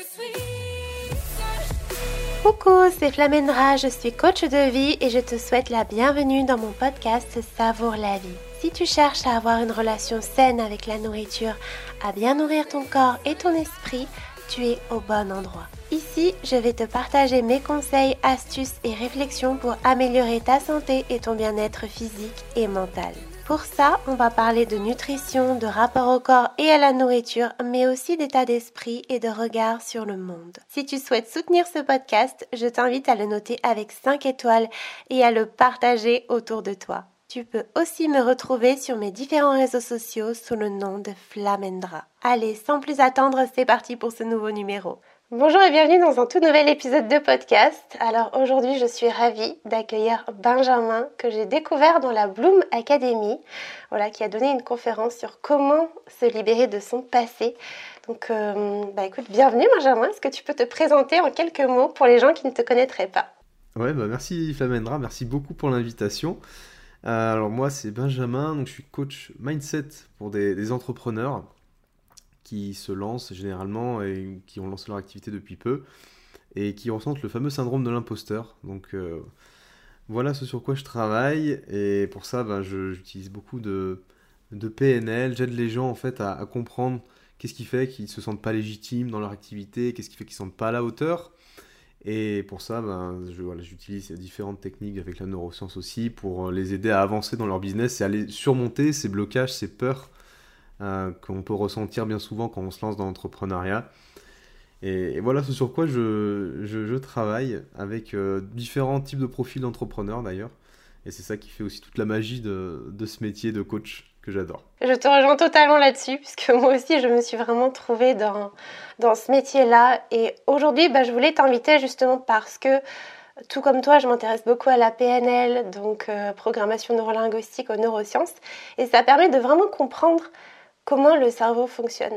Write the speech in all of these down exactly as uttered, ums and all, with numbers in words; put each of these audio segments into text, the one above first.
Coucou, c'est Flamendra, je suis coach de vie et je te souhaite la bienvenue dans mon podcast Savoure la vie. Si tu cherches à avoir une relation saine avec la nourriture, à bien nourrir ton corps et ton esprit, tu es au bon endroit. Ici, je vais te partager mes conseils, astuces et réflexions pour améliorer ta santé et ton bien-être physique et mental. Pour ça, on va parler de nutrition, de rapport au corps et à la nourriture, mais aussi d'état d'esprit et de regard sur le monde. Si tu souhaites soutenir ce podcast, je t'invite à le noter avec cinq étoiles et à le partager autour de toi. Tu peux aussi me retrouver sur mes différents réseaux sociaux sous le nom de Flamendra. Allez, sans plus attendre, c'est parti pour ce nouveau numéro. Bonjour et bienvenue dans un tout nouvel épisode de podcast. Alors aujourd'hui, je suis ravie d'accueillir Benjamin que j'ai découvert dans la Bloom Academy, voilà, qui a donné une conférence sur comment se libérer de son passé. Donc, euh, bah écoute, bienvenue Benjamin. Est-ce que tu peux te présenter en quelques mots pour les gens qui ne te connaîtraient pas ? Ouais, bah merci Flamendra, merci beaucoup pour l'invitation. Euh, alors moi, c'est Benjamin, donc je suis coach mindset pour des, des entrepreneurs qui se lancent généralement et qui ont lancé leur activité depuis peu et qui ressentent le fameux syndrome de l'imposteur. Donc euh, voilà ce sur quoi je travaille et pour ça ben, je, j'utilise beaucoup de, de P N L, j'aide les gens en fait à, à comprendre qu'est-ce qui fait qu'ils ne se sentent pas légitimes dans leur activité, qu'est-ce qui fait qu'ils ne se sentent pas à la hauteur. Et pour ça, ben, je, voilà, j'utilise différentes techniques avec la neuroscience aussi pour les aider à avancer dans leur business et à aller surmonter ces blocages, ces peurs Euh, qu'on peut ressentir bien souvent quand on se lance dans l'entrepreneuriat. Et, et voilà ce sur quoi je, je, je travaille avec euh, différents types de profils d'entrepreneurs d'ailleurs. Et c'est ça qui fait aussi toute la magie de, de ce métier de coach que j'adore. Je te rejoins totalement là-dessus, puisque moi aussi je me suis vraiment trouvée dans, dans ce métier-là. Et aujourd'hui, bah, je voulais t'inviter justement parce que tout comme toi, je m'intéresse beaucoup à la P N L, donc euh, programmation neurolinguistique aux neurosciences. Et ça permet de vraiment comprendre comment le cerveau fonctionne.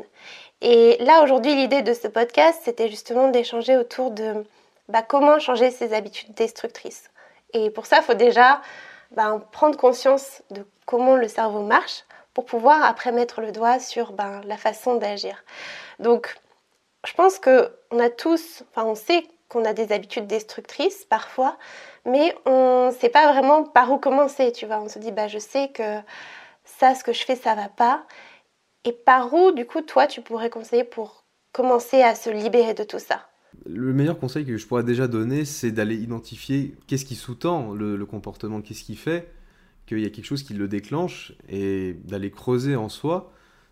Et là, aujourd'hui, l'idée de ce podcast, c'était justement d'échanger autour de bah, comment changer ses habitudes destructrices. Et pour ça, il faut déjà bah, prendre conscience de comment le cerveau marche pour pouvoir après mettre le doigt sur bah, la façon d'agir. Donc, je pense qu'on a tous, enfin on sait qu'on a des habitudes destructrices parfois, mais on ne sait pas vraiment par où commencer, tu vois. On se dit, bah, je sais que ça, ce que je fais, ça ne va pas. Et par où, du coup, toi, tu pourrais conseiller pour commencer à se libérer de tout ça ? Le meilleur conseil que je pourrais déjà donner, c'est d'aller identifier qu'est-ce qui sous-tend le, le comportement, qu'est-ce qui fait qu'il y a quelque chose qui le déclenche et d'aller creuser en soi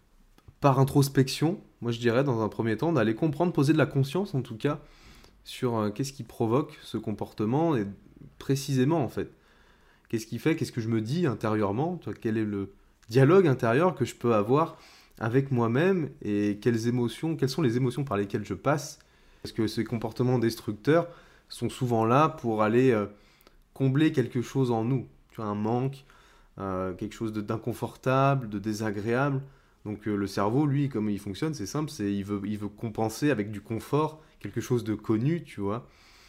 par introspection. Moi, je dirais, dans un premier temps, d'aller comprendre, poser de la conscience, en tout cas, sur euh, qu'est-ce qui provoque ce comportement et précisément, en fait. Qu'est-ce qui fait, qu'est-ce que je me dis intérieurement, quel est le dialogue intérieur que je peux avoir avec moi-même et quelles émotions, quelles sont les émotions par lesquelles je passe. Parce que ces comportements destructeurs sont souvent là pour aller euh, combler quelque chose en nous. Tu vois, un manque, euh, quelque chose de, d'inconfortable, de désagréable. Donc euh, le cerveau, lui, comme il fonctionne, c'est simple, c'est, il, veut, il veut compenser avec du confort quelque chose de connu, tu vois.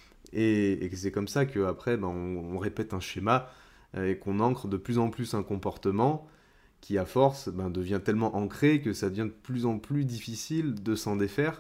Et, et c'est comme ça qu'après, ben, on, on répète un schéma euh, et qu'on ancre de plus en plus un comportement qui, à force, ben, devient tellement ancré que ça devient de plus en plus difficile de s'en défaire.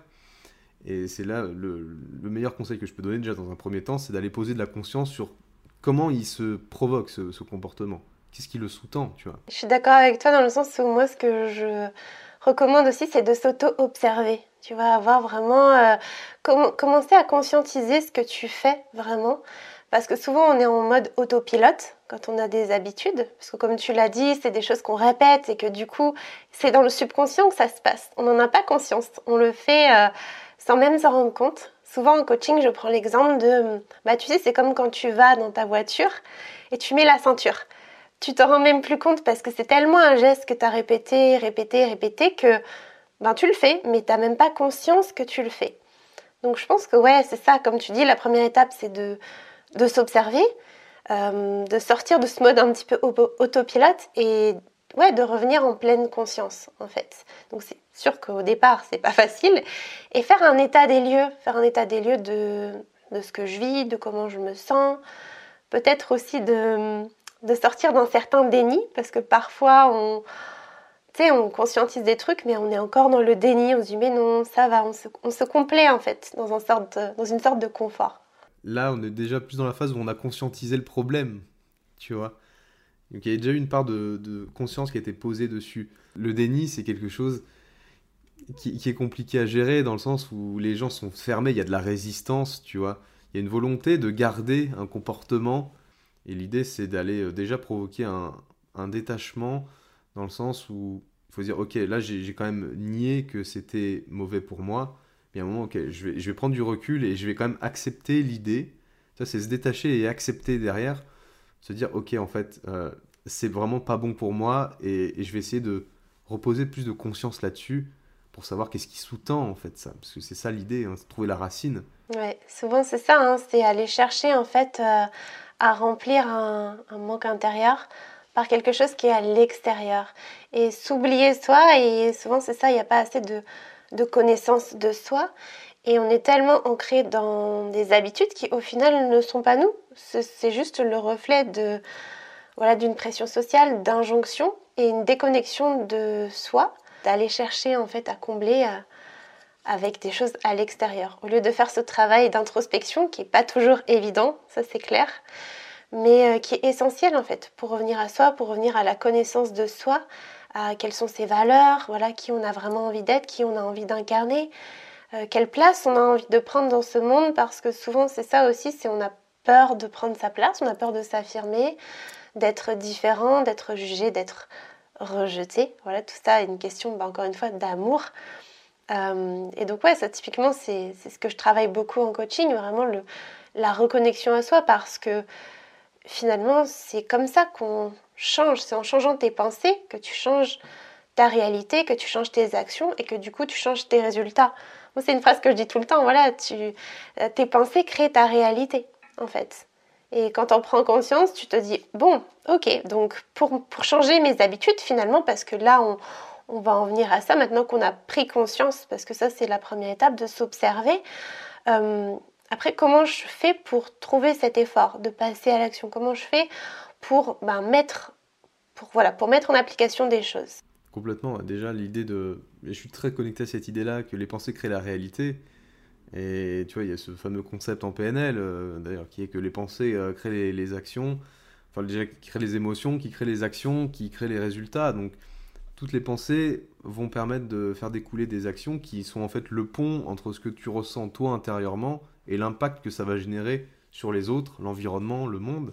Et c'est là le, le meilleur conseil que je peux donner déjà dans un premier temps, c'est d'aller poser de la conscience sur comment il se provoque ce, ce comportement. Qu'est-ce qui le sous-tend, tu vois ? Je suis d'accord avec toi dans le sens où moi, ce que je recommande aussi, c'est de s'auto-observer. Tu vas avoir vraiment... Euh, com- commencer à conscientiser ce que tu fais vraiment. Parce que souvent, on est en mode autopilote quand on a des habitudes. Parce que comme tu l'as dit, c'est des choses qu'on répète et que du coup, c'est dans le subconscient que ça se passe. On n'en a pas conscience. On le fait euh, sans même s'en rendre compte. Souvent en coaching, je prends l'exemple de... Bah, tu sais, c'est comme quand tu vas dans ta voiture et tu mets la ceinture. Tu t'en rends même plus compte parce que c'est tellement un geste que tu as répété, répété, répété que ben, tu le fais, mais tu n'as même pas conscience que tu le fais. Donc je pense que ouais, c'est ça, comme tu dis, la première étape, c'est de, de s'observer, euh, de sortir de ce mode un petit peu autopilote et ouais, de revenir en pleine conscience, en fait. Donc c'est sûr qu'au départ, c'est pas facile. Et faire un état des lieux, faire un état des lieux de, de ce que je vis, de comment je me sens, peut-être aussi de... de sortir d'un certain déni, parce que parfois, on, tu sais, on conscientise des trucs, mais on est encore dans le déni, on se dit mais non, ça va, on se, on se complaît en fait, dans, un sorte de, dans une sorte de confort. Là, on est déjà plus dans la phase où on a conscientisé le problème, tu vois. Donc il y a déjà eu une part de, de conscience qui a été posée dessus. Le déni, c'est quelque chose qui, qui est compliqué à gérer dans le sens où les gens sont fermés, il y a de la résistance, tu vois. Il y a une volonté de garder un comportement et l'idée c'est d'aller euh, déjà provoquer un, un détachement dans le sens où il faut dire ok, là j'ai j'ai quand même nié que c'était mauvais pour moi, mais à un moment ok, je vais, je vais prendre du recul et je vais quand même accepter l'idée. Ça c'est se détacher et accepter derrière, se dire ok en fait euh, c'est vraiment pas bon pour moi et, et je vais essayer de reposer plus de conscience là-dessus pour savoir qu'est-ce qui sous-tend en fait ça, parce que c'est ça l'idée, hein, c'est trouver la racine. Ouais, souvent c'est ça, hein, c'est aller chercher en fait euh, à remplir un, un manque intérieur par quelque chose qui est à l'extérieur et s'oublier soi. Et souvent c'est ça, il n'y a pas assez de, de connaissance de soi et on est tellement ancré dans des habitudes qui au final ne sont pas nous, c'est, c'est juste le reflet de, voilà, d'une pression sociale, d'injonction et une déconnexion de soi, d'aller chercher en fait à combler euh, avec des choses à l'extérieur. Au lieu de faire ce travail d'introspection qui n'est pas toujours évident, ça c'est clair, mais euh, qui est essentiel en fait pour revenir à soi, pour revenir à la connaissance de soi, à quelles sont ses valeurs, voilà, qui on a vraiment envie d'être, qui on a envie d'incarner, euh, quelle place on a envie de prendre dans ce monde, parce que souvent c'est ça aussi, c'est on a peur de prendre sa place, on a peur de s'affirmer, d'être différent, d'être jugé, d'être rejeté. Voilà, tout ça est une question, bah, encore une fois, d'amour. Euh, et donc ouais, ça typiquement c'est, c'est ce que je travaille beaucoup en coaching, vraiment le, la reconnexion à soi, parce que finalement c'est comme ça qu'on change, c'est en changeant tes pensées que tu changes ta réalité, que tu changes tes actions et que du coup tu changes tes résultats. Moi c'est une phrase que je dis tout le temps, voilà, tu, tes pensées créent ta réalité en fait. Et quand on prend conscience, tu te dis bon, ok, donc pour, pour changer mes habitudes finalement, parce que là on On va en venir à ça maintenant qu'on a pris conscience, parce que ça c'est la première étape, de s'observer. Euh, après, comment je fais pour trouver cet effort, de passer à l'action? Comment je fais pour, ben, mettre, pour, voilà, pour mettre en application des choses? Complètement, déjà l'idée de... et je suis très connecté à cette idée-là que les pensées créent la réalité. Et tu vois, il y a ce fameux concept en P N L, euh, d'ailleurs, qui est que les pensées euh, créent les, les actions, enfin déjà qui créent les émotions, qui créent les actions, qui créent les résultats. Donc toutes les pensées vont permettre de faire découler des actions qui sont en fait le pont entre ce que tu ressens toi intérieurement et l'impact que ça va générer sur les autres, l'environnement, le monde.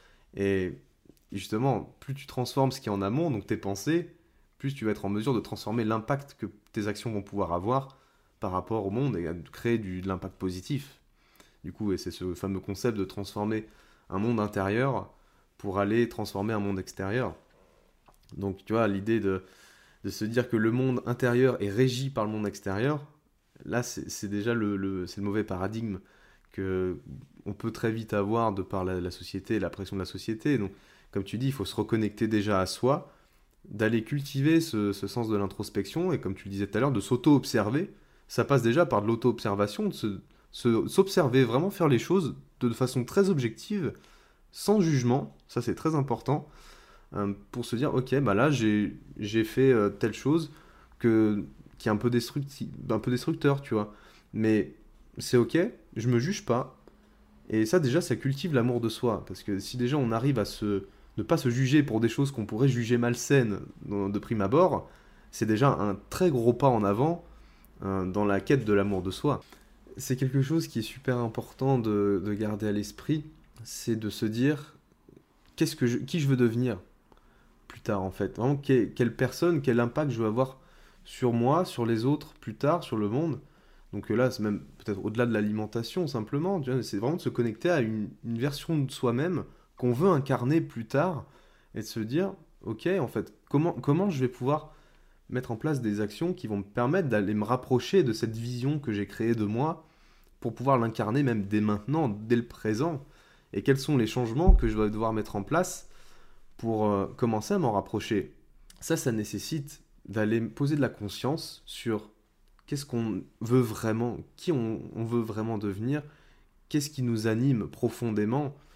Et justement, plus tu transformes ce qui est en amont, donc tes pensées, plus tu vas être en mesure de transformer l'impact que tes actions vont pouvoir avoir par rapport au monde et à créer du, de l'impact positif. Du coup, et c'est ce fameux concept de transformer un monde intérieur pour aller transformer un monde extérieur. Donc, tu vois, l'idée de, de se dire que le monde intérieur est régi par le monde extérieur, là, c'est, c'est déjà le, le, c'est le mauvais paradigme que on peut très vite avoir de par la, la société, la pression de la société. Donc, comme tu dis, il faut se reconnecter déjà à soi, d'aller cultiver ce, ce sens de l'introspection, et comme tu le disais tout à l'heure, de s'auto-observer. Ça passe déjà par de l'auto-observation, de se, se- s'observer, vraiment faire les choses de façon très objective, sans jugement, ça c'est très important, euh, pour se dire, ok, bah là j'ai, j'ai fait euh, telle chose que, qui est un peu, destructi- un peu destructeur, tu vois. Mais c'est ok, je me juge pas. Et ça déjà, ça cultive l'amour de soi. Parce que si déjà on arrive à se, ne pas se juger pour des choses qu'on pourrait juger malsaines dans- de prime abord, c'est déjà un très gros pas en avant euh, dans la quête de l'amour de soi. C'est quelque chose qui est super important de, de garder à l'esprit, c'est de se dire qu'est-ce que je, qui je veux devenir plus tard en fait. Vraiment, que- quelle personne, quel impact je veux avoir sur moi, sur les autres, plus tard, sur le monde. Donc euh, là, c'est même peut-être au-delà de l'alimentation simplement, tu vois, c'est vraiment de se connecter à une, une version de soi-même qu'on veut incarner plus tard et de se dire, ok, en fait, comment, comment je vais pouvoir mettre en place des actions qui vont me permettre d'aller me rapprocher de cette vision que j'ai créée de moi pour pouvoir l'incarner même dès maintenant, dès le présent. Et quels sont les changements que je vais devoir mettre en place pour euh, commencer à m'en rapprocher. Ça, ça nécessite d'aller poser de la conscience sur qu'est-ce qu'on veut vraiment, qui on, on veut vraiment devenir, qu'est-ce qui nous anime profondément,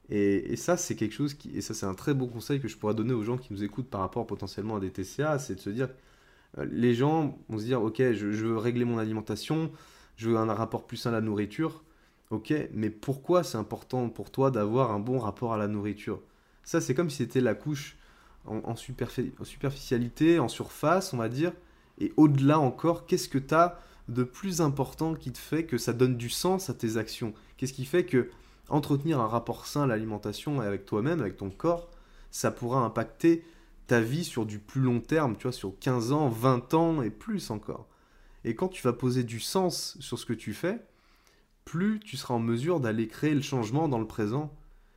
Et, et ça, c'est quelque chose qui, et ça, c'est un très bon conseil que je pourrais donner aux gens qui nous écoutent par rapport potentiellement à des T C A, c'est de se dire, euh, les gens vont se dire, ok, je, je veux régler mon alimentation, je veux un rapport plus sain à la nourriture, ok, mais pourquoi c'est important pour toi d'avoir un bon rapport à la nourriture? Ça, c'est comme si c'était la couche en, en superfi- en superficialité, en surface, on va dire, et au-delà encore, qu'est-ce que tu as de plus important qui te fait que ça donne du sens à tes actions? Qu'est-ce qui fait que entretenir un rapport sain à l'alimentation et avec toi-même, avec ton corps, ça pourra impacter ta vie sur du plus long terme, tu vois, sur quinze ans, vingt ans et plus encore. Et quand tu vas poser du sens sur ce que tu fais, plus tu seras en mesure d'aller créer le changement dans le présent.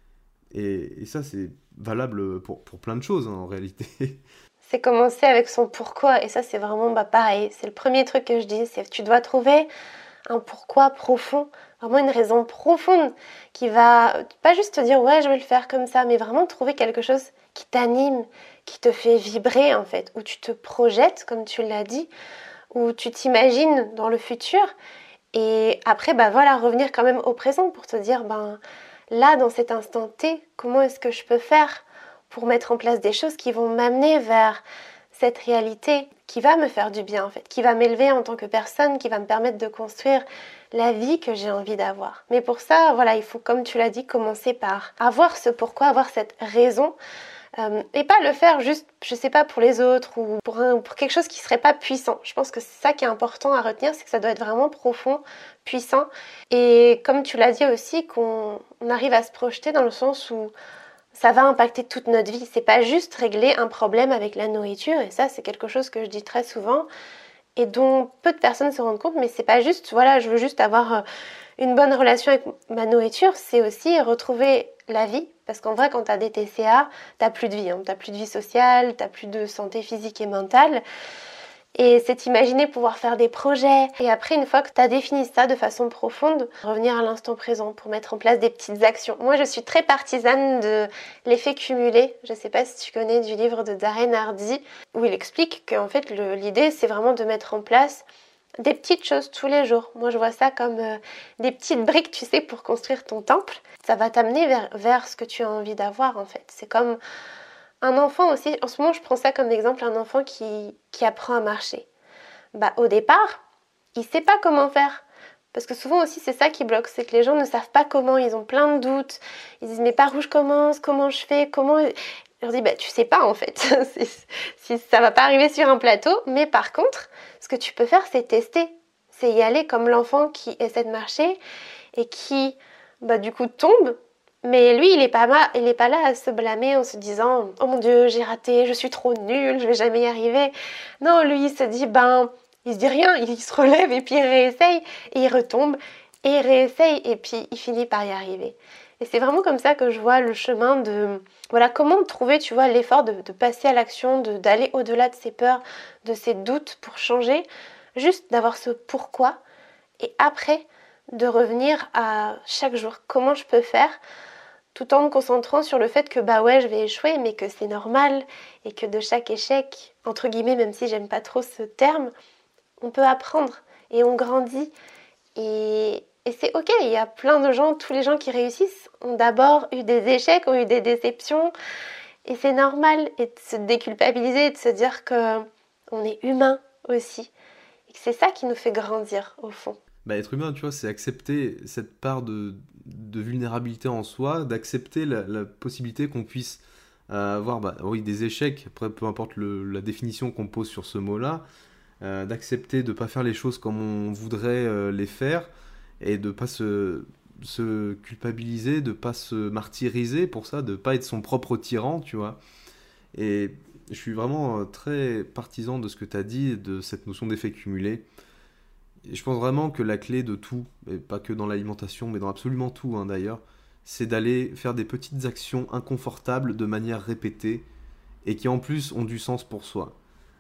Et, et ça, c'est valable pour, pour plein de choses, hein, en réalité. C'est commencer avec son pourquoi. Et ça, c'est vraiment bah, pareil. C'est le premier truc que je dis. C'est que tu dois trouver un pourquoi profond. Vraiment une raison profonde qui va pas juste te dire ouais, je vais le faire comme ça, mais vraiment trouver quelque chose qui t'anime, qui te fait vibrer en fait, où tu te projettes, comme tu l'as dit, où tu t'imagines dans le futur. Et après, bah voilà, revenir quand même au présent pour te dire, ben là, dans cet instant T, comment est-ce que je peux faire pour mettre en place des choses qui vont m'amener vers cette réalité qui va me faire du bien en fait, qui va m'élever en tant que personne, qui va me permettre de construire la vie que j'ai envie d'avoir. Mais pour ça, voilà, il faut, comme tu l'as dit, commencer par avoir ce pourquoi, avoir cette raison. Euh, et pas le faire juste, je sais pas, pour les autres ou pour, un, pour quelque chose qui serait pas puissant. Je pense que c'est ça qui est important à retenir, c'est que ça doit être vraiment profond, puissant. Et comme tu l'as dit aussi, qu'on on arrive à se projeter dans le sens où ça va impacter toute notre vie. C'est pas juste régler un problème avec la nourriture, et ça c'est quelque chose que je dis très souvent et dont peu de personnes se rendent compte, mais c'est pas juste, voilà, je veux juste avoir une bonne relation avec ma nourriture, c'est aussi retrouver la vie, parce qu'en vrai quand t'as des T C A, t'as plus de vie, hein. T'as plus de vie sociale, t'as plus de santé physique et mentale, et c'est imaginer pouvoir faire des projets, et après une fois que t'as défini ça de façon profonde, revenir à l'instant présent pour mettre en place des petites actions. Moi je suis très partisane de l'effet cumulé, je sais pas si tu connais du livre de Darren Hardy, où il explique qu'en fait le, l'idée c'est vraiment de mettre en place des petites choses tous les jours. Moi, je vois ça comme euh, des petites briques, tu sais, pour construire ton temple. Ça va t'amener vers, vers ce que tu as envie d'avoir, en fait. C'est comme un enfant aussi. En ce moment, je prends ça comme exemple, un enfant qui, qui apprend à marcher. Bah, au départ, il sait pas comment faire. Parce que souvent aussi, c'est ça qui bloque. C'est que les gens ne savent pas comment. Ils ont plein de doutes. Ils disent, mais par où je commence? Comment je fais? Comment... Je leur dis, bah, tu sais pas en fait, si ça va pas arriver sur un plateau, mais par contre, ce que tu peux faire, c'est tester, c'est y aller comme l'enfant qui essaie de marcher et qui, bah, du coup, tombe, mais lui, il est pas mal, il est pas là à se blâmer en se disant, oh mon Dieu, j'ai raté, je suis trop nulle, je vais jamais y arriver. Non, lui, il se dit, ben, il se dit rien, il se relève et puis il réessaye, et il retombe, et il réessaye, et puis il finit par y arriver. Et c'est vraiment comme ça que je vois le chemin de... Voilà, comment trouver, tu vois, l'effort de, de passer à l'action, de, d'aller au-delà de ses peurs, de ses doutes pour changer, juste d'avoir ce pourquoi, et après, de revenir à chaque jour. Comment je peux faire, tout en me concentrant sur le fait que, bah ouais, je vais échouer, mais que c'est normal, et que de chaque échec, entre guillemets, même si j'aime pas trop ce terme, on peut apprendre, et on grandit, et... Et c'est ok, il y a plein de gens, tous les gens qui réussissent ont d'abord eu des échecs, ont eu des déceptions. Et c'est normal, et de se déculpabiliser, de se dire qu'on est humain aussi. Et que c'est ça qui nous fait grandir, au fond. Bah, être humain, tu vois, c'est accepter cette part de, de vulnérabilité en soi, d'accepter la, la possibilité qu'on puisse euh, avoir bah, oui, des échecs, après peu importe le, la définition qu'on pose sur ce mot-là, euh, d'accepter de ne pas faire les choses comme on voudrait euh, les faire, et de pas se, se culpabiliser, de pas se martyriser pour ça, de pas être son propre tyran, tu vois. Et je suis vraiment très partisan de ce que tu as dit, de cette notion d'effet cumulé. Et je pense vraiment que la clé de tout, et pas que dans l'alimentation, mais dans absolument tout hein, d'ailleurs, c'est d'aller faire des petites actions inconfortables de manière répétée et qui en plus ont du sens pour soi.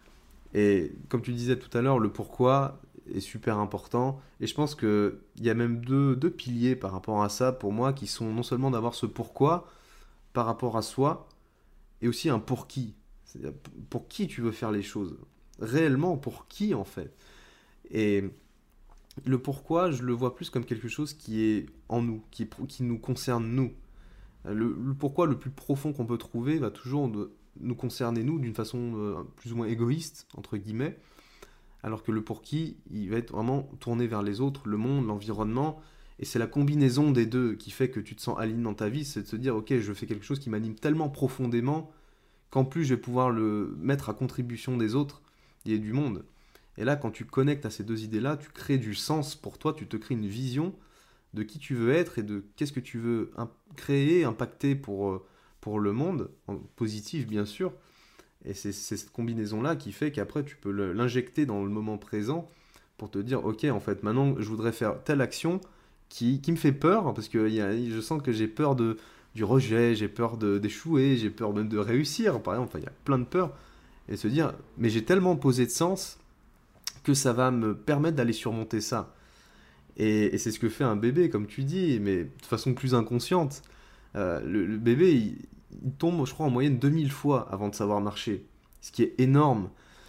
Et comme tu disais tout à l'heure, le pourquoi est super important. Et je pense qu'il y a même deux, deux piliers par rapport à ça pour moi qui sont non seulement d'avoir ce pourquoi par rapport à soi et aussi un pour qui. C'est-à-dire pour qui tu veux faire les choses. Réellement, pour qui en fait. Et le pourquoi, je le vois plus comme quelque chose qui est en nous, qui, qui nous concerne nous. Le, le pourquoi le plus profond qu'on peut trouver va toujours de- nous concerner, nous, d'une façon euh, plus ou moins égoïste, entre guillemets, alors que le pour qui, il va être vraiment tourné vers les autres, le monde, l'environnement, et c'est la combinaison des deux qui fait que tu te sens aligné dans ta vie, c'est de se dire, ok, je fais quelque chose qui m'anime tellement profondément qu'en plus je vais pouvoir le mettre à contribution des autres et du monde. Et là, quand tu connectes à ces deux idées-là, tu crées du sens pour toi, tu te crées une vision de qui tu veux être et de qu'est-ce que tu veux im- créer, impacter pour, euh, pour le monde, en positif bien sûr. Et c'est c'est cette combinaison-là qui fait qu'après tu peux le- l'injecter dans le moment présent pour te dire, ok, en fait, maintenant je voudrais faire telle action qui, qui me fait peur, parce que il y a- je sens que j'ai peur de, du rejet, j'ai peur de- d'échouer, j'ai peur même de réussir, par exemple, enfin, il y a plein de peurs. Et se dire, mais j'ai tellement posé de sens que ça va me permettre d'aller surmonter ça. Et, et c'est ce que fait un bébé, comme tu dis, mais de façon plus inconsciente. Euh, le, le bébé, il, il tombe, je crois, en moyenne deux mille fois avant de savoir marcher, ce qui est énorme.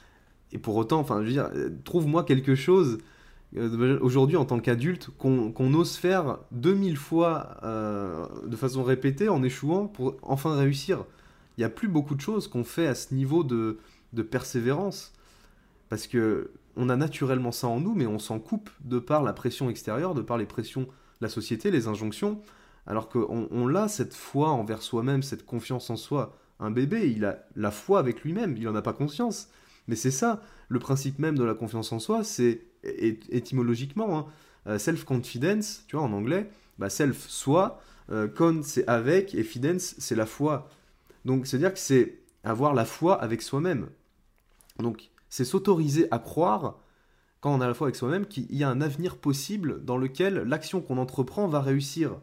Et pour autant, enfin, je veux dire, euh, trouve-moi quelque chose euh, aujourd'hui en tant qu'adulte qu'on qu'on ose faire deux mille fois euh, de façon répétée en échouant pour enfin réussir. Il n'y a plus beaucoup de choses qu'on fait à ce niveau de, de persévérance. Parce que on a naturellement ça en nous, mais on s'en coupe de par la pression extérieure, de par les pressions de la société, les injonctions, alors qu'on on a cette foi envers soi-même, cette confiance en soi. Un bébé, il a la foi avec lui-même, il n'en a pas conscience. Mais c'est ça, le principe même de la confiance en soi, c'est é- étymologiquement, hein, euh, self-confidence, tu vois, en anglais, bah, self, soi, euh, con, c'est avec, et fidence, c'est la foi. Donc, c'est-à-dire que c'est avoir la foi avec soi-même. Donc, c'est s'autoriser à croire, quand on a la foi avec soi-même, qu'il y a un avenir possible dans lequel l'action qu'on entreprend va réussir.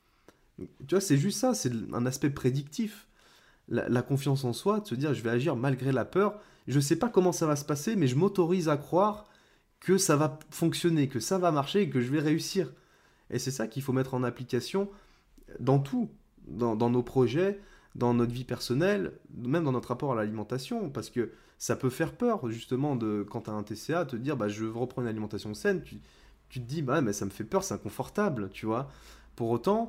Tu vois, c'est juste ça, c'est un aspect prédictif. La, la confiance en soi, de se dire je vais agir malgré la peur, je ne sais pas comment ça va se passer, mais je m'autorise à croire que ça va fonctionner, que ça va marcher et que je vais réussir. Et c'est ça qu'il faut mettre en application dans tout, dans, dans nos projets, dans notre vie personnelle, même dans notre rapport à l'alimentation, parce que ça peut faire peur, justement, de, quand tu as un T C A, te dire, bah, je veux reprendre une alimentation saine, tu, tu te dis, bah, mais ça me fait peur, c'est inconfortable, tu vois. Pour autant,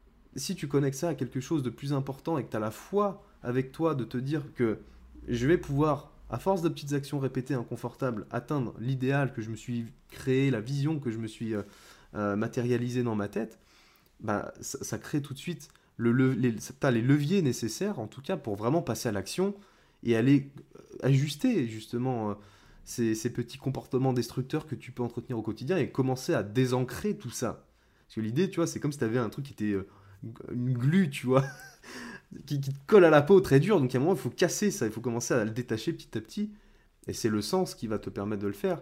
si tu connectes ça à quelque chose de plus important et que tu as la foi avec toi de te dire que je vais pouvoir, à force de petites actions répétées inconfortables, atteindre l'idéal que je me suis créé, la vision que je me suis euh, euh, matérialisée dans ma tête, bah, ça, ça crée tout de suite le, le- les, t'as les leviers nécessaires, en tout cas, pour vraiment passer à l'action et aller euh, ajuster justement euh, ces, ces petits comportements destructeurs que tu peux entretenir au quotidien et commencer à désancrer tout ça. Parce que l'idée, tu vois, c'est comme si tu avais un truc qui était euh, une glu, tu vois, qui, qui te colle à la peau très dur. Donc à un moment, il faut casser ça, il faut commencer à le détacher petit à petit. Et c'est le sens qui va te permettre de le faire.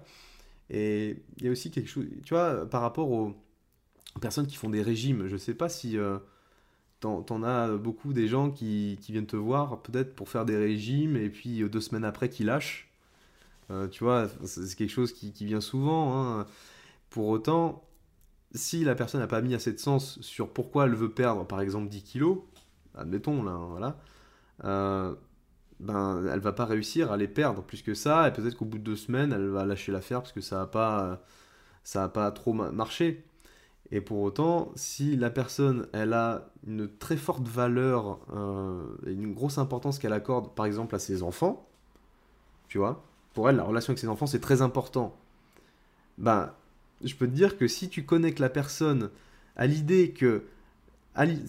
Et il y a aussi quelque chose, tu vois, par rapport aux personnes qui font des régimes. Je sais pas si euh, t'en, t'en as beaucoup des gens qui, qui viennent te voir peut-être pour faire des régimes et puis euh, deux semaines après qui lâchent. Euh, tu vois, c'est c'est quelque chose qui, qui vient souvent, hein. Pour autant, si la personne n'a pas mis assez de sens sur pourquoi elle veut perdre par exemple dix kilos, admettons là, hein, voilà, euh, ben elle va pas réussir à les perdre plus que ça et peut-être qu'au bout de deux semaines elle va lâcher l'affaire parce que ça a pas, ça a pas trop ma- marché. Et pour autant, si la personne, elle a une très forte valeur euh, et une grosse importance qu'elle accorde, par exemple, à ses enfants, tu vois, pour elle, la relation avec ses enfants, c'est très important. Ben, je peux te dire que si tu connectes la personne à l'idée que ali-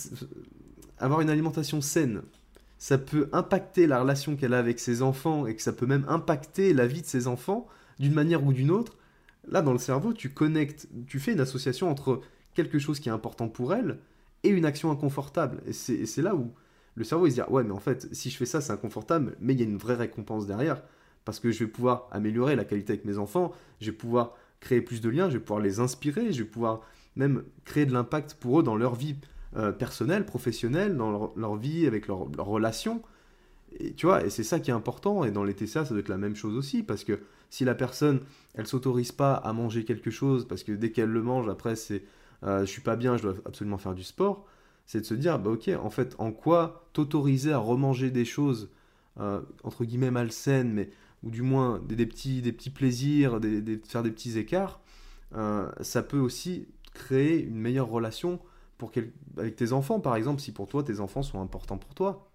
avoir une alimentation saine, ça peut impacter la relation qu'elle a avec ses enfants et que ça peut même impacter la vie de ses enfants d'une manière ou d'une autre, là dans le cerveau, tu connectes, tu fais une association entre quelque chose qui est important pour elle et une action inconfortable. Et c'est et c'est là où le cerveau il se dit, ouais mais en fait si je fais ça c'est inconfortable, mais il y a une vraie récompense derrière, parce que je vais pouvoir améliorer la qualité avec mes enfants, je vais pouvoir créer plus de liens, je vais pouvoir les inspirer, je vais pouvoir même créer de l'impact pour eux dans leur vie euh, personnelle, professionnelle, dans leur, leur vie avec leurs leurs relations. Et tu vois, et c'est ça qui est important, et dans les T C A, ça doit être la même chose aussi, parce que si la personne, elle s'autorise pas à manger quelque chose, parce que dès qu'elle le mange, après, c'est euh, je suis pas bien, je dois absolument faire du sport, c'est de se dire, bah ok, en fait, en quoi t'autoriser à remanger des choses, euh, entre guillemets, malsaines, mais, ou du moins des, des petits, des petits plaisirs, des, des- faire des petits écarts, euh, ça peut aussi créer une meilleure relation pour quel... avec tes enfants, par exemple, si pour toi, tes enfants sont importants pour toi.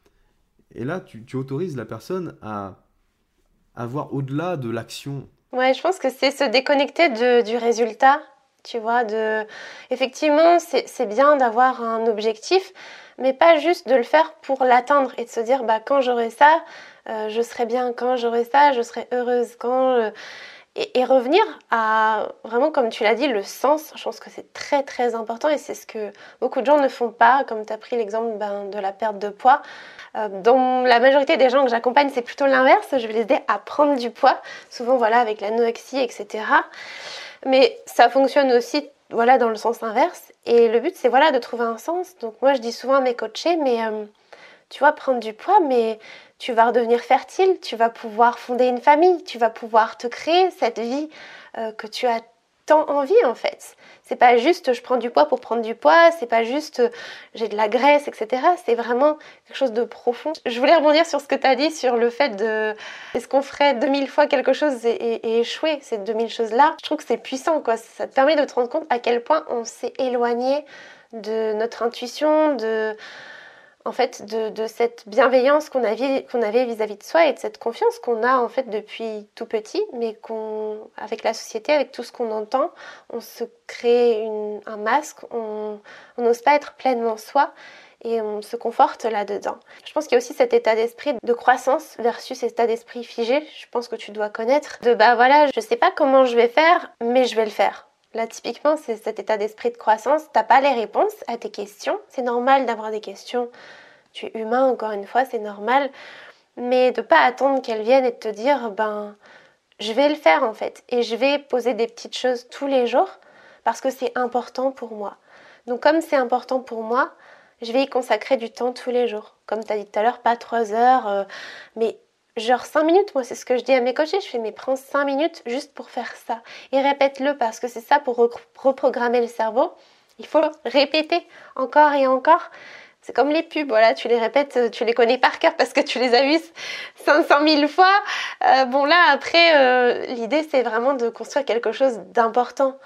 Et là, tu, tu autorises la personne à, à voir au-delà de l'action. Ouais, je pense que c'est se déconnecter de, du résultat, tu vois, de... Effectivement, c'est, c'est bien d'avoir un objectif, mais pas juste de le faire pour l'atteindre et de se dire, bah, quand j'aurai ça, euh, je serai bien, quand j'aurai ça, je serai heureuse, quand... euh, Et, et revenir à, vraiment comme tu l'as dit, le sens, je pense que c'est très très important et c'est ce que beaucoup de gens ne font pas, comme tu as pris l'exemple ben, de la perte de poids. Euh, dans la majorité des gens que j'accompagne, c'est plutôt l'inverse, je vais les aider à prendre du poids, souvent voilà avec l'anorexie, et cetera. Mais ça fonctionne aussi voilà, dans le sens inverse et le but c'est voilà, de trouver un sens. Donc moi je dis souvent à mes coachés, mais euh, tu vois, prendre du poids, mais tu vas redevenir fertile, tu vas pouvoir fonder une famille, tu vas pouvoir te créer cette vie euh, que tu as tant envie en fait. C'est pas juste je prends du poids pour prendre du poids, c'est pas juste euh, j'ai de la graisse, et cetera. C'est vraiment quelque chose de profond. Je voulais rebondir sur ce que tu as dit sur le fait de est-ce qu'on ferait deux mille fois quelque chose et, et, et échouer ces deux mille choses-là. Je trouve que c'est puissant, quoi. Ça te permet de te rendre compte à quel point on s'est éloigné de notre intuition, de en fait, de, de cette bienveillance qu'on avait, qu'on avait vis-à-vis de soi et de cette confiance qu'on a en fait depuis tout petit, mais qu'on, avec la société, avec tout ce qu'on entend, on se crée une, un masque, on n'ose pas être pleinement soi et on se conforte là-dedans. Je pense qu'il y a aussi cet état d'esprit de croissance versus cet état d'esprit figé, je pense que tu dois connaître, de bah voilà, je sais pas comment je vais faire, mais je vais le faire. Là, typiquement, c'est cet état d'esprit de croissance. T'as pas les réponses à tes questions. C'est normal d'avoir des questions. Tu es humain, encore une fois, c'est normal. Mais de pas attendre qu'elles viennent et de te dire, ben, je vais le faire en fait. Et je vais poser des petites choses tous les jours parce que c'est important pour moi. Donc, comme c'est important pour moi, je vais y consacrer du temps tous les jours. Comme tu as dit tout à l'heure, pas trois heures, euh, mais genre cinq minutes, moi c'est ce que je dis à mes coachés, je fais mais prends cinq minutes juste pour faire ça et répète-le parce que c'est ça pour reprogrammer le cerveau, il faut répéter encore et encore. C'est comme les pubs, voilà, tu les répètes, tu les connais par cœur parce que tu les as vues cinq cent mille fois. Euh, bon là après, euh, l'idée c'est vraiment de construire quelque chose d'important.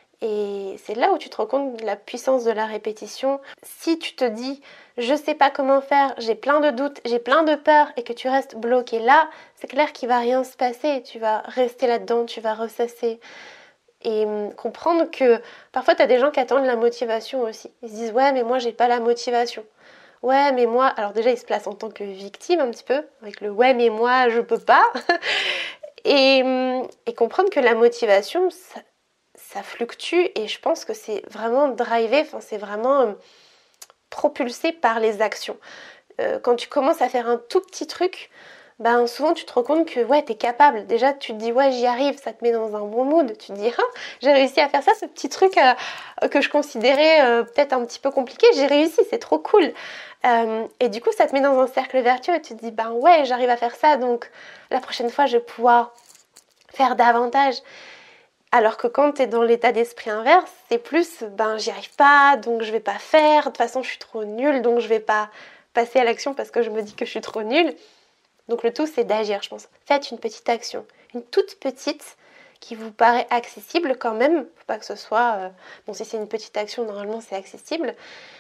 Et c'est là où tu te rends compte de la puissance de la répétition. Si tu te dis je sais pas comment faire, j'ai plein de doutes, j'ai plein de peurs et que tu restes bloqué là, c'est clair qu'il va rien se passer. Tu vas rester là-dedans, tu vas ressasser. Et hum, comprendre que parfois tu as des gens qui attendent la motivation aussi. Ils se disent ouais mais moi j'ai pas la motivation. Ouais mais moi, alors déjà ils se placent en tant que victime un petit peu, avec le ouais mais moi je peux pas. et, hum, et comprendre que la motivation, ça, ça fluctue et je pense que c'est vraiment drivé, enfin c'est vraiment euh, propulsé par les actions. Euh, quand tu commences à faire un tout petit truc, ben souvent tu te rends compte que ouais t'es capable. Déjà tu te dis ouais j'y arrive, ça te met dans un bon mood. Tu te dis ah, j'ai réussi à faire ça, ce petit truc euh, que je considérais euh, peut-être un petit peu compliqué, j'ai réussi, c'est trop cool. Euh, et du coup ça te met dans un cercle vertueux et tu te dis ben ouais j'arrive à faire ça, donc la prochaine fois je vais pouvoir faire davantage. Alors que quand tu es dans l'état d'esprit inverse, c'est plus ben j'y arrive pas, donc je vais pas faire, de toute façon je suis trop nulle, donc je vais pas passer à l'action parce que je me dis que je suis trop nulle. Donc le tout c'est d'agir, je pense. Faites une petite action, une toute petite qui vous paraît accessible quand même. Faut pas que ce soit... Euh... Bon si c'est une petite action, normalement c'est accessible.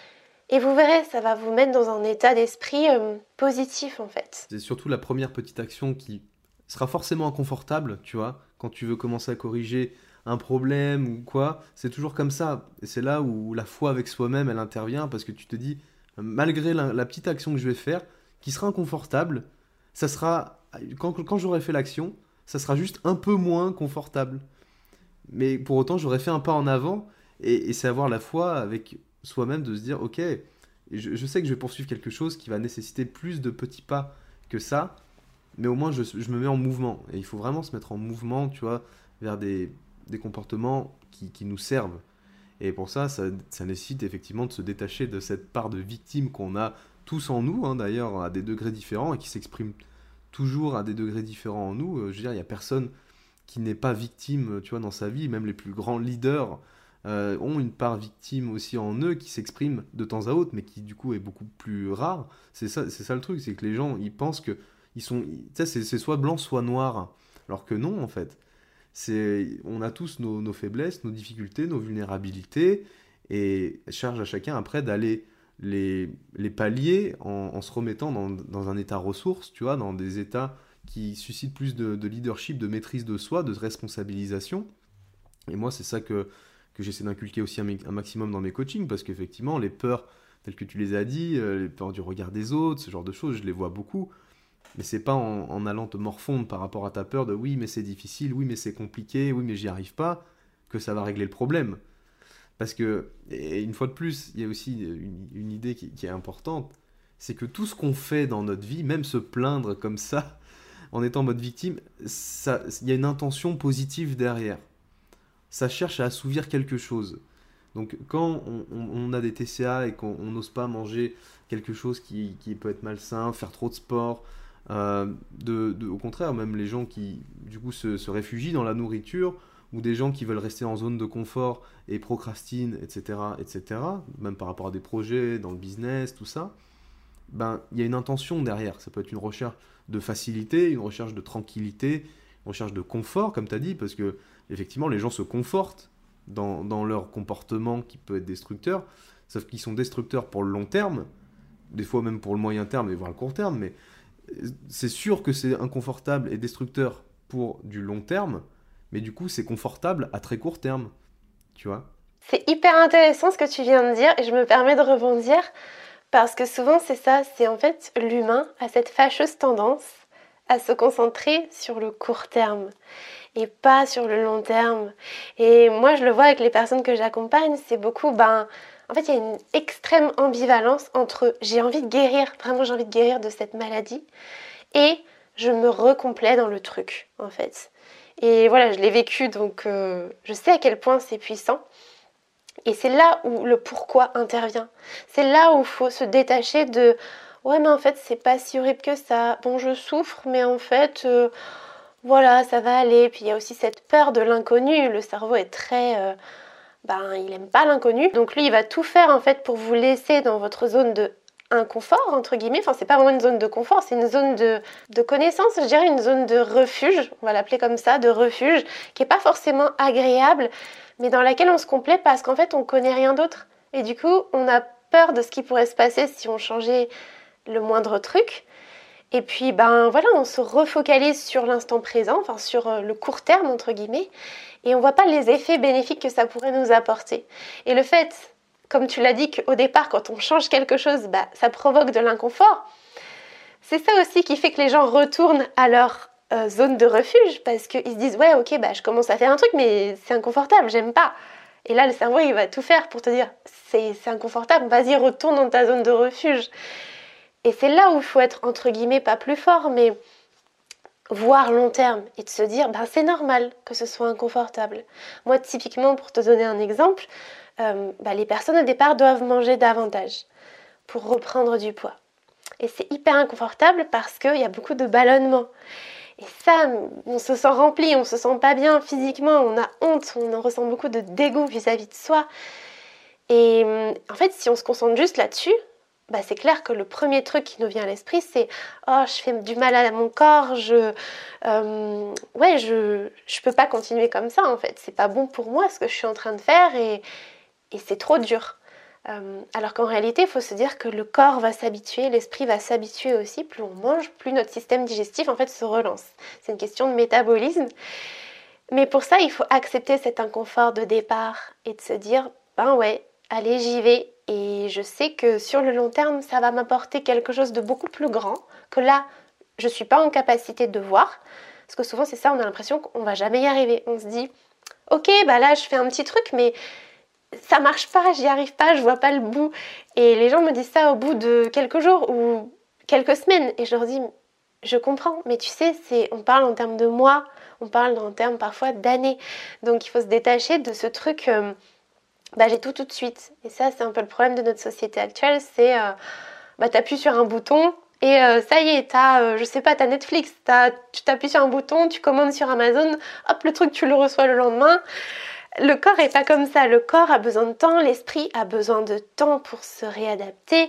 Et vous verrez, ça va vous mettre dans un état d'esprit euh, positif en fait. C'est surtout la première petite action qui sera forcément inconfortable, tu vois, quand tu veux commencer à corriger un problème ou quoi, c'est toujours comme ça. Et c'est là où la foi avec soi-même, elle intervient, parce que tu te dis, malgré la, la petite action que je vais faire, qui sera inconfortable, ça sera, quand, quand j'aurai fait l'action, ça sera juste un peu moins confortable. Mais pour autant, j'aurais fait un pas en avant, et, et c'est avoir la foi avec soi-même de se dire, ok, je, je sais que je vais poursuivre quelque chose qui va nécessiter plus de petits pas que ça, mais au moins je, je me mets en mouvement. Et il faut vraiment se mettre en mouvement, tu vois, vers des, des comportements qui, qui nous servent. Et pour ça, ça, ça nécessite effectivement de se détacher de cette part de victime qu'on a tous en nous, hein, d'ailleurs, à des degrés différents, et qui s'exprime toujours à des degrés différents en nous. Euh, je veux dire, il n'y a personne qui n'est pas victime, tu vois, dans sa vie. Même les plus grands leaders euh, ont une part victime aussi en eux, qui s'exprime de temps à autre, mais qui, du coup, est beaucoup plus rare. C'est ça, c'est ça le truc, c'est que les gens, ils pensent que ils sont, tu sais, c'est, c'est soit blanc, soit noir. Alors que non, en fait. C'est, on a tous nos, nos faiblesses, nos difficultés, nos vulnérabilités, Et charge à chacun après d'aller les, les pallier en, en se remettant dans, dans un état ressource, tu vois, dans des états qui suscitent plus de, de leadership, de maîtrise de soi, de responsabilisation. Et moi, c'est ça que, que j'essaie d'inculquer aussi un, un maximum dans mes coachings, parce qu'effectivement, les peurs, telles que tu les as dit, euh, les peurs du regard des autres, ce genre de choses, je les vois beaucoup. Mais c'est pas en, en allant te morfondre par rapport à ta peur de oui, mais c'est difficile, oui, mais c'est compliqué, oui, mais j'y arrive pas, que ça va régler le problème. Parce que, et une fois de plus, il y a aussi une, une idée qui, qui est importante, c'est que tout ce qu'on fait dans notre vie, même se plaindre comme ça, en étant en mode victime, ça, il y a une intention positive derrière. Ça cherche à assouvir quelque chose. Donc quand on, on- on a des T C A et qu'on on n'ose pas manger quelque chose qui, qui peut être malsain, faire trop de sport, euh, de, de- au contraire, même les gens qui du coup se, se réfugient dans la nourriture, ou des gens qui veulent rester en zone de confort et procrastinent, et cetera, et cetera, même par rapport à des projets, dans le business, tout ça, ben, il y a une intention derrière. Ça peut être une recherche de facilité, une recherche de tranquillité, une recherche de confort, comme tu as dit, parce que effectivement, les gens se confortent dans, dans leur comportement qui peut être destructeur, sauf qu'ils sont destructeurs pour le long terme, des fois même pour le moyen terme et voire le court terme, mais c'est sûr que c'est inconfortable et destructeur pour du long terme, mais du coup, c'est confortable à très court terme, tu vois. C'est hyper intéressant ce que tu viens de dire et je me permets de rebondir parce que souvent c'est ça, c'est en fait l'humain a cette fâcheuse tendance à se concentrer sur le court terme et pas sur le long terme. Et moi je le vois avec les personnes que j'accompagne, c'est beaucoup, ben, en fait il y a une extrême ambivalence entre j'ai envie de guérir, vraiment j'ai envie de guérir de cette maladie et je me recomplais dans le truc en fait. Et voilà, je l'ai vécu donc euh, je sais à quel point c'est puissant. Et c'est là où le pourquoi intervient. C'est là où il faut se détacher de ouais mais en fait c'est pas si horrible que ça. Bon je souffre mais en fait euh, voilà ça va aller. Puis il y a aussi cette peur de l'inconnu. Le cerveau est très euh, ben il aime pas l'inconnu. Donc lui il va tout faire en fait pour vous laisser dans votre zone de inconfort entre guillemets. Enfin c'est pas vraiment une zone de confort, c'est une zone de, de connaissance, je dirais une zone de refuge, on va l'appeler comme ça, de refuge, qui est pas forcément agréable, mais dans laquelle on se complaît parce qu'en fait on connaît rien d'autre. Et du coup on a peur de ce qui pourrait se passer si on changeait le moindre truc. Et puis ben voilà, on se refocalise sur l'instant présent, enfin sur le court terme entre guillemets, et on voit pas les effets bénéfiques que ça pourrait nous apporter. Et le fait, comme tu l'as dit, qu'au départ quand on change quelque chose, bah, ça provoque de l'inconfort, c'est ça aussi qui fait que les gens retournent à leur euh, zone de refuge, parce qu'ils se disent ouais ok bah je commence à faire un truc mais c'est inconfortable, j'aime pas. Et là le cerveau il va tout faire pour te dire c'est, c'est inconfortable, vas-y retourne dans ta zone de refuge. Et c'est là où il faut être entre guillemets pas plus fort, mais voir long terme et de se dire ben c'est normal que ce soit inconfortable. Moi typiquement pour te donner un exemple, euh, ben, les personnes au départ doivent manger davantage pour reprendre du poids. Et c'est hyper inconfortable parce qu'il y a beaucoup de ballonnement. Et ça, on se sent rempli, on se sent pas bien physiquement, on a honte, on en ressent beaucoup de dégoût vis-à-vis de soi. Et en fait, si on se concentre juste là-dessus, bah c'est clair que le premier truc qui nous vient à l'esprit, c'est « Oh, je fais du mal à mon corps, je... Euh, ouais, je, je peux pas continuer comme ça, en fait. C'est pas bon pour moi ce que je suis en train de faire et, et c'est trop dur. Euh, » Alors qu'en réalité, il faut se dire que le corps va s'habituer, l'esprit va s'habituer aussi. Plus on mange, plus notre système digestif, en fait, se relance. C'est une question de métabolisme. Mais pour ça, il faut accepter cet inconfort de départ et de se dire « Ben ouais, allez, j'y vais. » Et je sais que sur le long terme, ça va m'apporter quelque chose de beaucoup plus grand que là, je ne suis pas en capacité de voir. Parce que souvent, c'est ça, on a l'impression qu'on ne va jamais y arriver. On se dit, ok, bah là, je fais un petit truc, mais ça marche pas, j'y arrive pas, je vois pas le bout. Et les gens me disent ça au bout de quelques jours ou quelques semaines. Et je leur dis, je comprends, mais tu sais, c'est, on parle en termes de mois, on parle en termes parfois d'années. Donc, il faut se détacher de ce truc... Euh, bah j'ai tout tout de suite. Et ça, c'est un peu le problème de notre société actuelle, c'est euh, bah t'appuies sur un bouton et euh, ça y est, t'as, euh, je sais pas, t'as Netflix, t'as, tu t'appuies sur un bouton, tu commandes sur Amazon, hop, le truc, tu le reçois le lendemain. Le corps est pas comme ça, le corps a besoin de temps, l'esprit a besoin de temps pour se réadapter